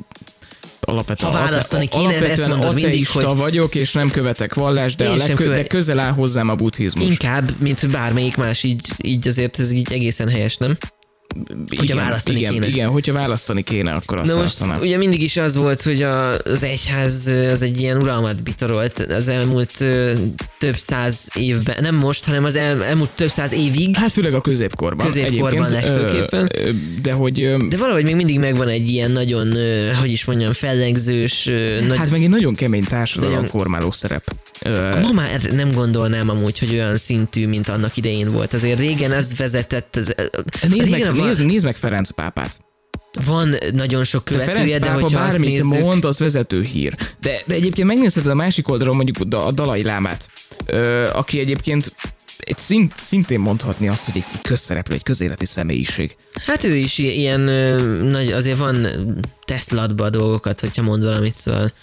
Alapvetően, ha választani kéne, ezt mondod mindig, hogy... vagyok, és nem követek vallást, de, a legkö- követ... de közel áll hozzám a buddhizmus. Inkább, mint bármelyik más, így, így azért ez így egészen helyes, nem? Hogyha igen, választani igen, kéne. Igen, hogyha választani kéne, akkor azt választanám. Ugye mindig is az volt, hogy a, az egyház az egy ilyen uralmat bitorolt az elmúlt ö, több száz évben, nem most, hanem az el, elmúlt több száz évig. Hát főleg a középkorban. Középkorban legfőképpen. Ö, de hogy... Ö, de valahogy még mindig megvan egy ilyen nagyon, ö, hogy is mondjam, fellengzős... Ö, nagy, hát meg egy nagyon kemény társadalomformáló szerep. Ö, ma már nem gondolnám amúgy, hogy olyan szintű, mint annak idején volt. Azért régen ez vezetett... Ez, nézd, meg, van, nézd, nézd meg Ferenc pápát. Van nagyon sok követője, de, de hogyha bármit azt nézzük... mond, az vezető hír. De, de egyébként megnézheted a másik oldalról mondjuk a Dalai Lámát, ö, aki egyébként egy szint, szintén mondhatni azt, hogy egy közszereplő, egy közéleti személyiség. Hát ő is ilyen ö, nagy, azért van tesztlatba a dolgokat, hogyha mond valamit, szóval...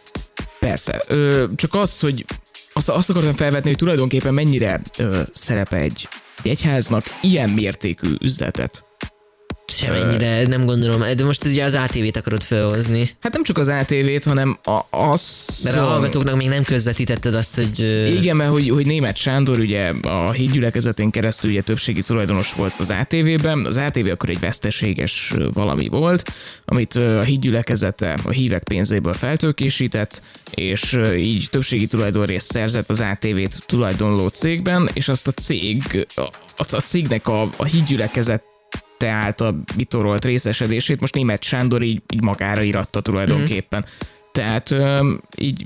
Persze, ö, csak az, hogy azt, azt akartam felvetni, hogy tulajdonképpen mennyire ö, szerepe egy, egy egyháznak ilyen mértékű üzletet. Semennyire, nem gondolom, de most ugye az á té vét akarod felhozni. Hát nem csak az á té vét, hanem a, az... Mert a hallgatóknak még nem közvetítetted azt, hogy... Igen, mert hogy, hogy Németh Sándor ugye a hídgyülekezetén keresztül ugye többségi tulajdonos volt az á té vében. Az á té vé akkor egy veszteséges valami volt, amit a hídgyülekezete a hívek pénzéből feltőkésített, és így többségi tulajdonrészt szerzett az á té vét tulajdonló cégben, és azt a cég, a, a cégnek a, a hídgyülekezet te által bitorolt részesedését most Németh Sándor így, így magára iratta tulajdonképpen. Mm. Tehát öm, így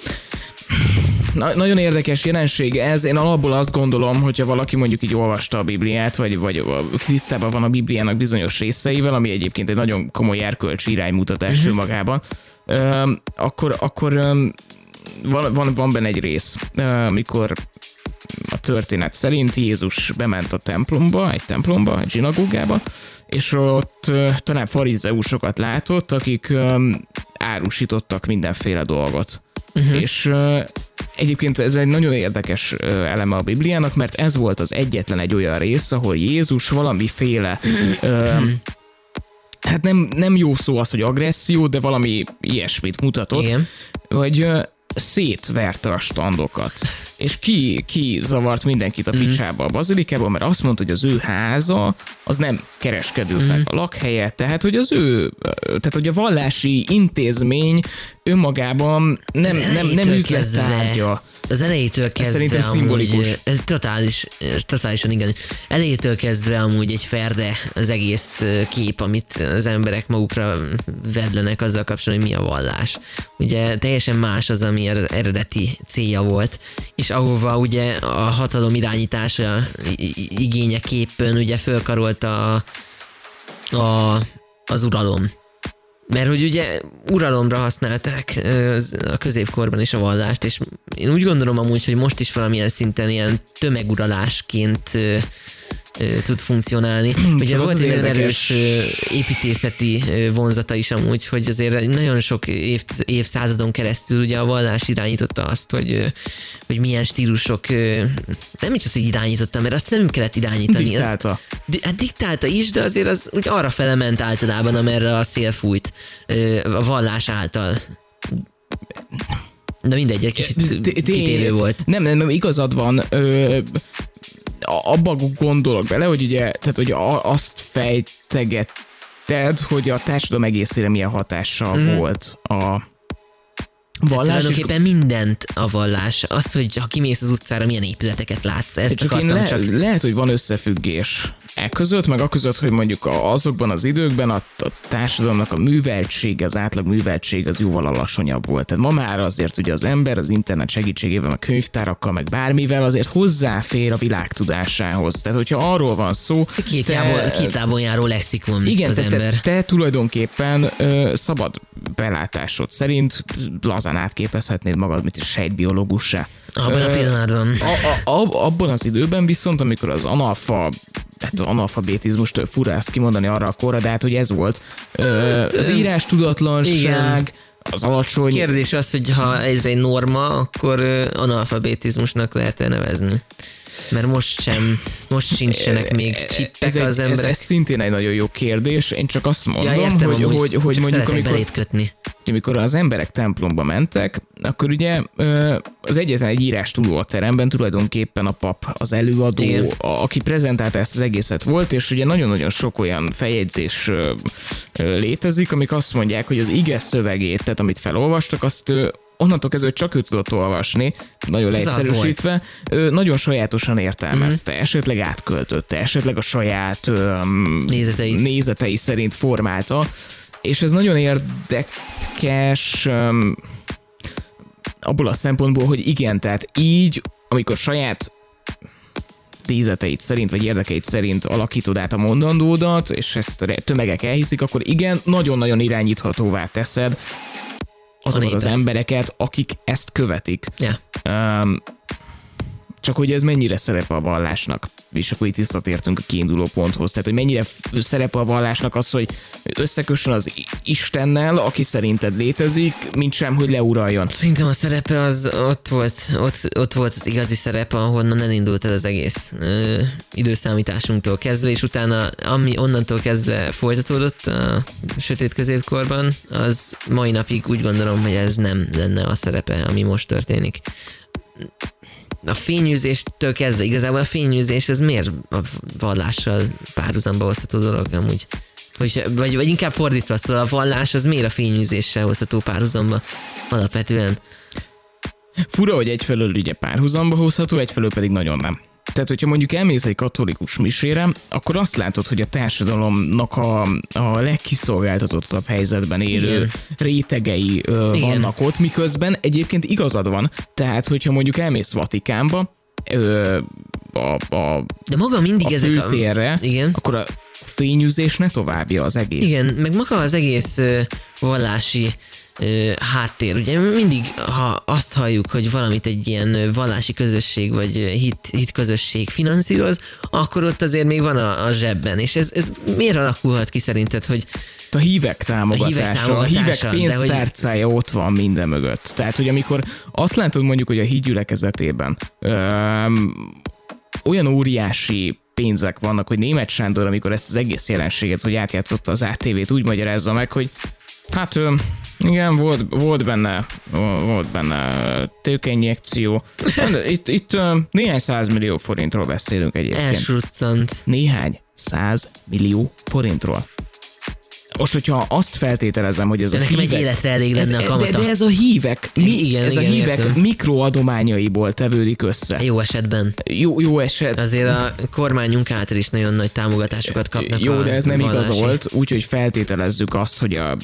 na, nagyon érdekes jelenség ez. Én alapból azt gondolom, hogyha valaki mondjuk így olvasta a Bibliát, vagy, vagy tisztában van a Bibliának bizonyos részeivel, ami egyébként egy nagyon komoly erkölcsi iránymutatás mm-hmm. önmagában, öm, akkor, akkor öm, van, van, van benne egy rész, amikor a történet szerint Jézus bement a templomba, egy templomba, egy zsinagógába, és ott uh, talán farizeusokat látott, akik um, árusítottak mindenféle dolgot. Uh-huh. És uh, egyébként ez egy nagyon érdekes uh, eleme a Bibliának, mert ez volt az egyetlen egy olyan rész, ahol Jézus valamiféle uh, hát nem, nem jó szó az, hogy agresszió, de valami ilyesmit mutatott, igen. Hogy uh, szétverte a standokat. És ki, ki zavart mindenkit a picsába a bazilikába, mert azt mondta, hogy az ő háza az nem kereskedőknek mm. a lakhelye, tehát hogy az ő, tehát hogy a vallási intézmény önmagában nem, nem, nem üzlettárgya. Az elejétől kezdve szerintem szimbolikus. Ez totális, totálisan igen. Elejétől kezdve amúgy egy ferde az egész kép, amit az emberek magukra vedlenek azzal kapcsolatban, hogy mi a vallás. Ugye teljesen más az, ami az eredeti célja volt, és ahova ugye a hatalom irányítása igényeképpen ugye fölkarolta a, a, az uralom. Mert hogy ugye uralomra használták a középkorban is a vallást, és én úgy gondolom amúgy, hogy most is valamilyen szinten ilyen tömeguralásként tud funkcionálni. Ugye volt egy nagyon erős építészeti vonzata is amúgy, hogy azért nagyon sok év, évszázadon keresztül ugye a vallás irányította azt, hogy, hogy milyen stílusok, nem is azt, hogy irányította, mert azt nem kellett irányítani. Diktálta. Az, hát diktálta is, de azért az úgy arra fele ment általában, amerre a szél fújt a vallás által. De mindegy, egy kicsit kitérő volt. Nem, nem, nem, igazad van. Ö, abba gondolok bele, hogy ugye, tehát hogy azt fejtegetted, hogy a társadalom egészére milyen hatással mm. volt a, Vallás tulajdonképpen mindent a vallás. Az, hogy ha kimész az utcára, milyen épületeket látsz. Ezt csak akartam le, csak... Lehet, hogy van összefüggés e között, meg a között, hogy mondjuk azokban az időkben a, a társadalomnak a műveltség, az átlag műveltség az jóval alacsonyabb volt. Tehát ma már azért ugye az ember az internet segítségével, meg könyvtárakkal, meg bármivel azért hozzáfér a világ tudásához. Tehát, hogyha arról van szó... Két, te, jából, két lábon járó lexikon igen, az te, ember. Te, te tulajdonképpen ö, szabad belátásod szerint lazán átképezhetnéd magad, mint egy sejtbiológussá. Abban a pillanatban. A, a, a, abban az időben viszont, amikor az analfa, hát az analfabetizmust fura ezt kimondani arra a korra, de hát hogy ez volt. Ö, az írás tudatlanság, igen. Az alacsony... Kérdés az, hogy ha ez egy norma, akkor analfabetizmusnak lehet nevezni. Mert most sem, most sincsenek még csippek az emberek. Ez, ez szintén egy nagyon jó kérdés. Én csak azt mondom, ja, értem, hogy, amúgy, hogy, hogy csak mondjuk amikor, kötni. amikor az emberek templomba mentek, akkor ugye az egyetlen egy írás tudó a teremben tulajdonképpen a pap, az előadó, a, aki prezentálta ezt az egészet volt, és ugye nagyon-nagyon sok olyan feljegyzés létezik, amik azt mondják, hogy az ige szövegét, tehát amit felolvastak, azt onnantól kezdve, hogy csak ő tudott olvasni, nagyon leegyszerűsítve, nagyon sajátosan értelmezte, mm. esetleg átköltötte, esetleg a saját um, nézetei. nézetei szerint formálta, és ez nagyon érdekes um, abból a szempontból, hogy igen, tehát így, amikor saját nézeteit szerint, vagy érdekeit szerint alakítod át a mondandódat, és ezt tömegek elhiszik, akkor igen, nagyon-nagyon irányíthatóvá teszed azokat az embereket, akik ezt követik. Yeah. Um, csak hogy ez mennyire szerepe a vallásnak, és akkor itt visszatértünk a kiinduló ponthoz, tehát hogy mennyire szerepe a vallásnak az, hogy összekössön az Istennel, aki szerinted létezik, mint sem, hogy leuraljon. Szerintem a szerepe az ott volt, ott, ott volt az igazi szerepe, ahonnan elindult el az egész ö, időszámításunktól kezdve, és utána, ami onnantól kezdve folytatódott a sötét középkorban, az mai napig úgy gondolom, hogy ez nem lenne a szerepe, ami most történik. A fényűzéstől kezdve, igazából a fényűzés, ez miért a vallással párhuzamba hozható dolog amúgy? Hogy, vagy, vagy inkább fordítva, szóval a vallás az miért a fényűzéssel hozható párhuzamba alapvetően? Fura, hogy egyfelől ugye párhuzamba hozható, egyfelől pedig nagyon nem. Tehát, hogyha mondjuk elmész egy katolikus misére, akkor azt látod, hogy a társadalomnak a, a legkiszolgáltatottabb helyzetben élő igen. rétegei ö, vannak ott, miközben egyébként igazad van. Tehát, hogyha mondjuk elmész Vatikánba, ö, a, a, de maga mindig a főtérre, a... igen. akkor a fényűzés ne továbbja az egész. Igen, meg maga az egész ö, vallási ö, háttér. Ugye mindig, ha azt halljuk, hogy valamit egy ilyen vallási közösség, vagy hit, hit közösség finanszíroz, akkor ott azért még van a, a zsebben. És ez, ez miért alakulhat ki szerinted, hogy a hívek támogatása, a hívek, támogatása, a hívek pénztárcája hogy... ott van minden mögött. Tehát, hogy amikor azt látod mondjuk, hogy a híd gyülekezetében öm, olyan óriási pénzek vannak, hogy Németh Sándor, amikor ezt az egész jelenséget, hogy átjátszotta az á té vét, úgy magyarázza meg, hogy hát igen, volt, volt benne volt benne tőkeinjekció. Itt, itt néhány százmillió forintról beszélünk egyébként. Elsruccant. Néhány százmillió forintról. Most, hogyha azt feltételezem, hogy ez de a nekem hívek... egy életre elég lenne ez, a kamata. De, de ez a hívek, mi, igen, ez igen, a hívek értem. mikroadományaiból tevődik össze. Jó esetben. Jó, jó eset. Azért a kormányunk által is nagyon nagy támogatásokat kapnak. Jó, de ez nem vallási. igazolt, úgyhogy feltételezzük azt, hogy a...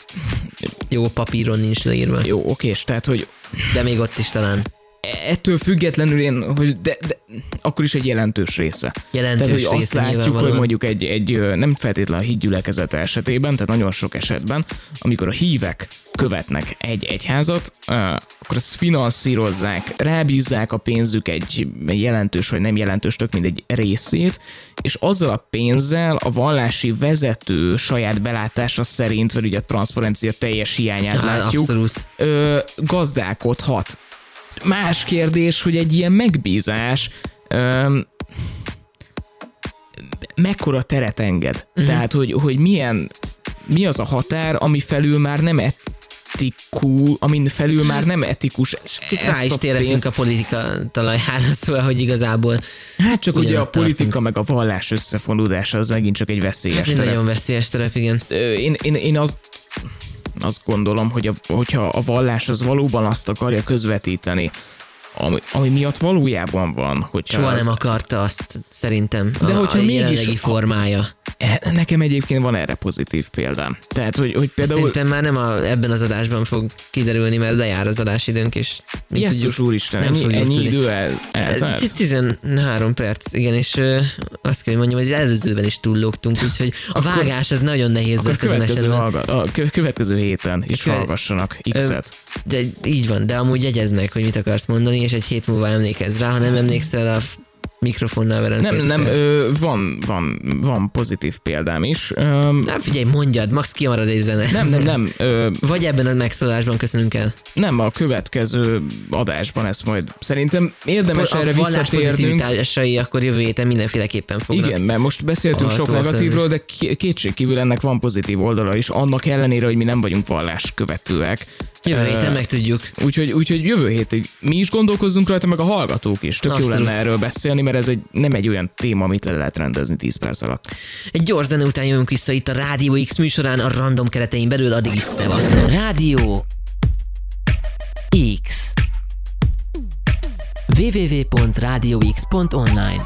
Jó, papíron nincs leírva. Jó, okés, tehát, hogy... De még ott is talán. Ettől függetlenül én, hogy de, de akkor is egy jelentős része. Jelentős tehát, hogy része, azt látjuk, hogy mondjuk egy, egy nem feltétlenül a hídgyülekezete esetében, tehát nagyon sok esetben, amikor a hívek követnek egy egyházat, akkor azt finanszírozzák, rábízzák a pénzük egy jelentős vagy nem jelentős, tök mindegy részét, és azzal a pénzzel a vallási vezető saját belátása szerint, vagy ugye a transzparencia teljes hiányát Há, látjuk, abszolút. Ö, gazdálkodhat. Más kérdés, hogy egy ilyen megbízás öm, mekkora teret enged. Uh-huh. Tehát, hogy, hogy milyen, mi az a határ, ami felül már nem etikus, amin felül már nem etikus. Itt rá is térhetünk pénz... a politika talajára, szóval, hogy igazából... Hát csak ugye a politika tartunk. meg a vallás összefonódása az megint csak egy veszélyes hát terep. Nagyon veszélyes terep, igen. Én, én, én azt azt gondolom, hogy a, hogyha a vallás az valóban azt akarja közvetíteni, ami, ami miatt valójában van. Soha az... nem akarta azt, szerintem, de a, hogyha a mégis jelenlegi formája. Nekem egyébként van erre pozitív példám. Tehát, hogy, hogy például... Szerintem már nem a, ebben az adásban fog kiderülni, mert lejár az adásidőnk, és... Jesszus úristen, ennyi, ennyi idő el, eltelt? tizenhárom perc, igen, és ö, azt kell, hogy mondjam, hogy az előzőben is túllógtunk, úgyhogy a akkor, vágás az nagyon nehéz lesz ezen esetben. Hallgat, a következő héten is Köve- hallgassanak X-et. De így van, de amúgy jegyezd meg, hogy mit akarsz mondani, és egy hét múlva emlékezz rá, ha nem emlékszel a mikrofonnal verem Nem, nem, ö, van, van, van pozitív példám is. Ö, nem, figyelj, mondjad, max kimarad egy zene. Nem, nem, nem. Ö, Vagy ebben a megszólásban köszönünk el. Nem, a következő adásban ezt majd szerintem érdemes a erre visszatérnünk. A pozitivitásai akkor jövő héten mindenféleképpen fognak. Igen, mert most beszéltünk sok negatívról, de kétségkívül ennek van pozitív oldala is, annak ellenére, hogy mi nem vagyunk valláskövetőek. Jövő héten uh, megtudjuk. Úgyhogy, úgyhogy jövő hétig mi is gondolkozzunk rajta, meg a hallgatók is. Tök jó lenne erről beszélni, mert ez egy, nem egy olyan téma, amit le lehet rendezni tíz perc alatt. Egy gyors zene után jövünk vissza itt a Rádió X műsorán a random keretein belül, addig is szevasztok. Rádió X double-u double-u double-u pont rádió x pont online.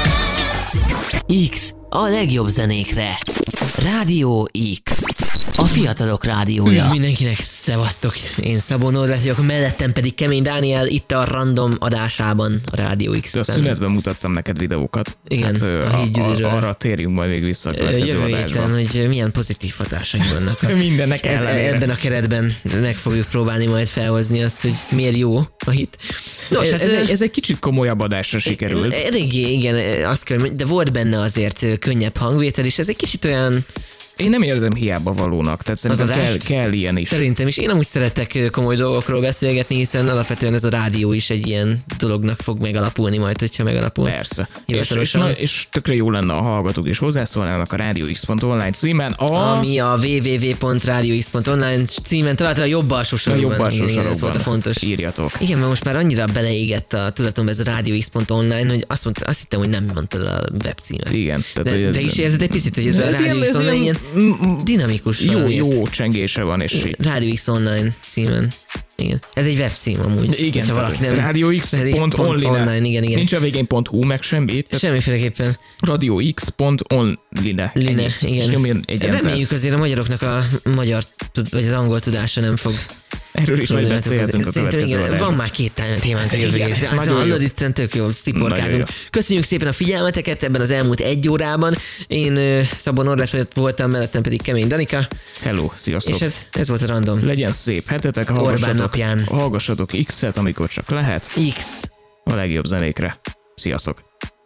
X a legjobb zenékre. Rádió X. A fiatalok Üdv rádiója. mindenkinek, szevasztok! Én Szabó Norbert vagyok, mellettem pedig Kemény Dániel itt a random adásában a Rádió X-en. De a szünetben mutattam neked videókat. Igen, hát, a a, hídgyűrűről. a, arra térjünk majd még vissza a következő Jövő héten, adásban. hogy milyen pozitív hatásai vannak. A, Mindennek ez, ellenére. ebben a keretben meg fogjuk próbálni majd felhozni azt, hogy miért jó a hit. Nos, ez, hát, ez, egy, ez egy kicsit komolyabb adásra sikerült. Eléggé, igen, azt kell, de volt benne azért könnyebb hangvétel, és ez egy kicsit olyan... Én nem érzem hiába valónak, tehát szerintem kell, adást? kell ilyen is. Szerintem is. Én amúgy szeretek komoly dolgokról beszélgetni, hiszen alapvetően ez a rádió is egy ilyen dolognak fog megalapulni majd, hogyha megalapul. Persze. És, és, Hivatalosan. na- és tökre jó lenne, a hallgatók is hozzászólnának a rádió x pont online címen. A... Ami a double-u double-u double-u pont radio x pont online címen található a jobb alsó a sarokban. jobb alsó Igen, igen, ez volt a sarokban. fontos. Írjatok. Igen, mert most már annyira beleégett a tudatomba ez a rádió x pont online, hogy azt, mondta, azt hittem, hogy nem mondtad a webcímet. Igen. Tehát, De, hogy de is érzed egy picit, hogy ez a Ez rádió ilyen- x ez online ilyen- ilyen dinamikus. jó, valamiért. jó csengése van, és így. Rádió X online címen. Igen. Ez egy webcím amúgy. Igen, hogyha valaki nem... rádió x pont online. Igen, igen. Nincs a végén .hu, meg semmi. Tehát Semmiféleképpen. rádió x pont online. Line, És igen. nyomjon egy entert. Reméljük azért a magyaroknak a magyar, tud- vagy az angol tudása nem fog. Erről is majd problémát beszélhetünk a okozni. Szerintem következő igen, van adásban. már két tá- témánk a jövő Igen, hétre. Hát nagyon jó. hallod, itt tök jó, Nagyon sziporkázunk. jó. Köszönjük szépen a figyelmeteket ebben az elmúlt egy órában. Én ö, Szabó Norbert voltam, mellettem pedig Kemény Danika, Hello, sziasztok. és ez, ez volt a random. Legyen szép hetetek, Orbán hallgassatok, napján. hallgassatok X-et, amikor csak lehet, X. a legjobb zenékre. Sziasztok.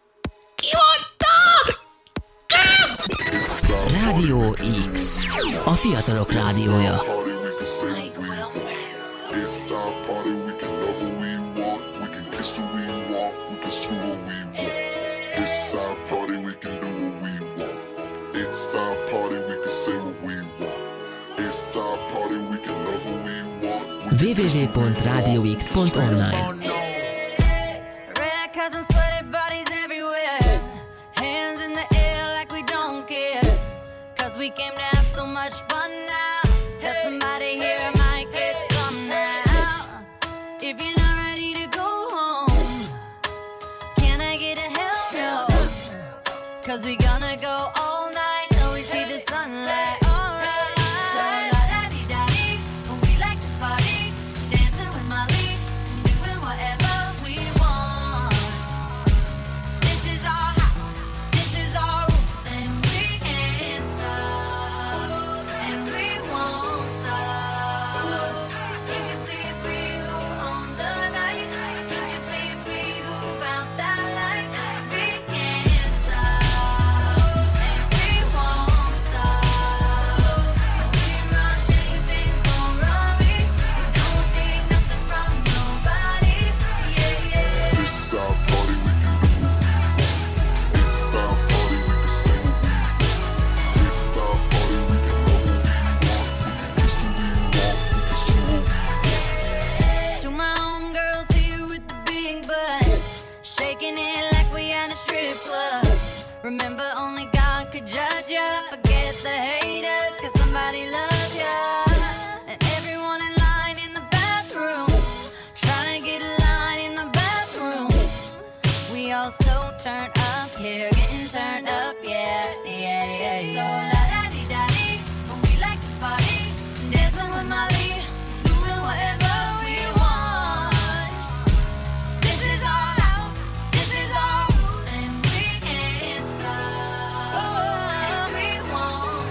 Rádió X. A fiatalok rádiója. Party, we can love who we want, we can kiss who we want, we can screw who we want. It's our party, we can do what we want. It's our party, we can say what we want. It's our party, we can love who we want. double-u double-u double-u pont rádió x pont online. Red cups and sweaty bodies everywhere. Hands in the air like we don't care. Cause we came to have so much fun now. That somebody here might get some now. If you're not ready to go home, can I get a hell no? Cause we gonna go all night till we see the sunlight. Alright. So la-da-dee-da-dee, we like to party. Dancing with Molly, doing whatever we want. This is our house, this is our rules, and we can't stop, and we won't stop. Can't you see it's we who own the night? Can't you see it's we who found that light? We can't stop, and we won't stop. We run things, things gon' run me. We don't take nothing from nobody. Yeah, yeah. It's our party, we can do what we want. It's our party, we can say what we want. It's our party, we can love who we want, we can kiss who we want, we can screw who we want. To my homegirls here with the big butt, shaking it like we at a strip club. Remember, only God could judge ya. Forget the haters, cause somebody loves ya. And everyone in line in the bathroom, trying to get a line in the bathroom. We all so turned up here, getting turned up, yeah, yeah, yeah, yeah. So la-da-dee-da-dee, we like to party, dancing with Molly, doing whatever we want. This is our house, this is our rules, and we can't stop, and we won't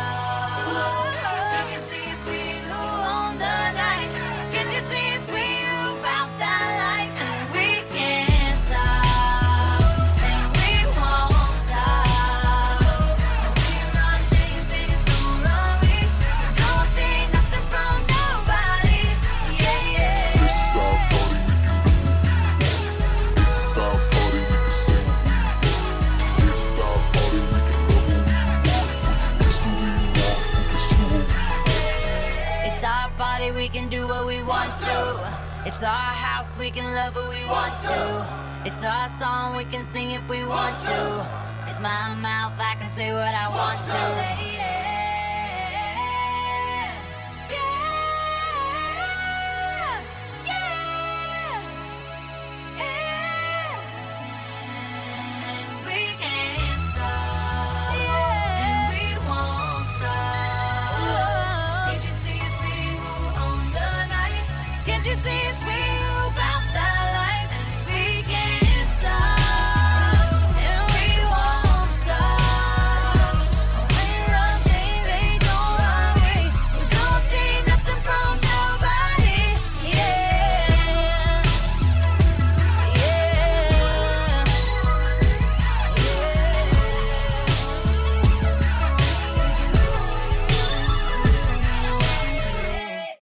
stop. Can't you see it's we who own the night? Can't you see it's we who found that light? And we can't stop, and we won't stop. We run things, things gon' run me. Don't take nothing from nobody. Yeah, yeah. It's our party, we can do what we want. It's our party, we can say what we want. It's our party, we can love who we want, we can kiss who we want, we can screw who we want. It's our party, we can do what we want to. It's our house, we can love who we want to. It's our song, we can sing if we want to. It's my mouth, I can say what I want to.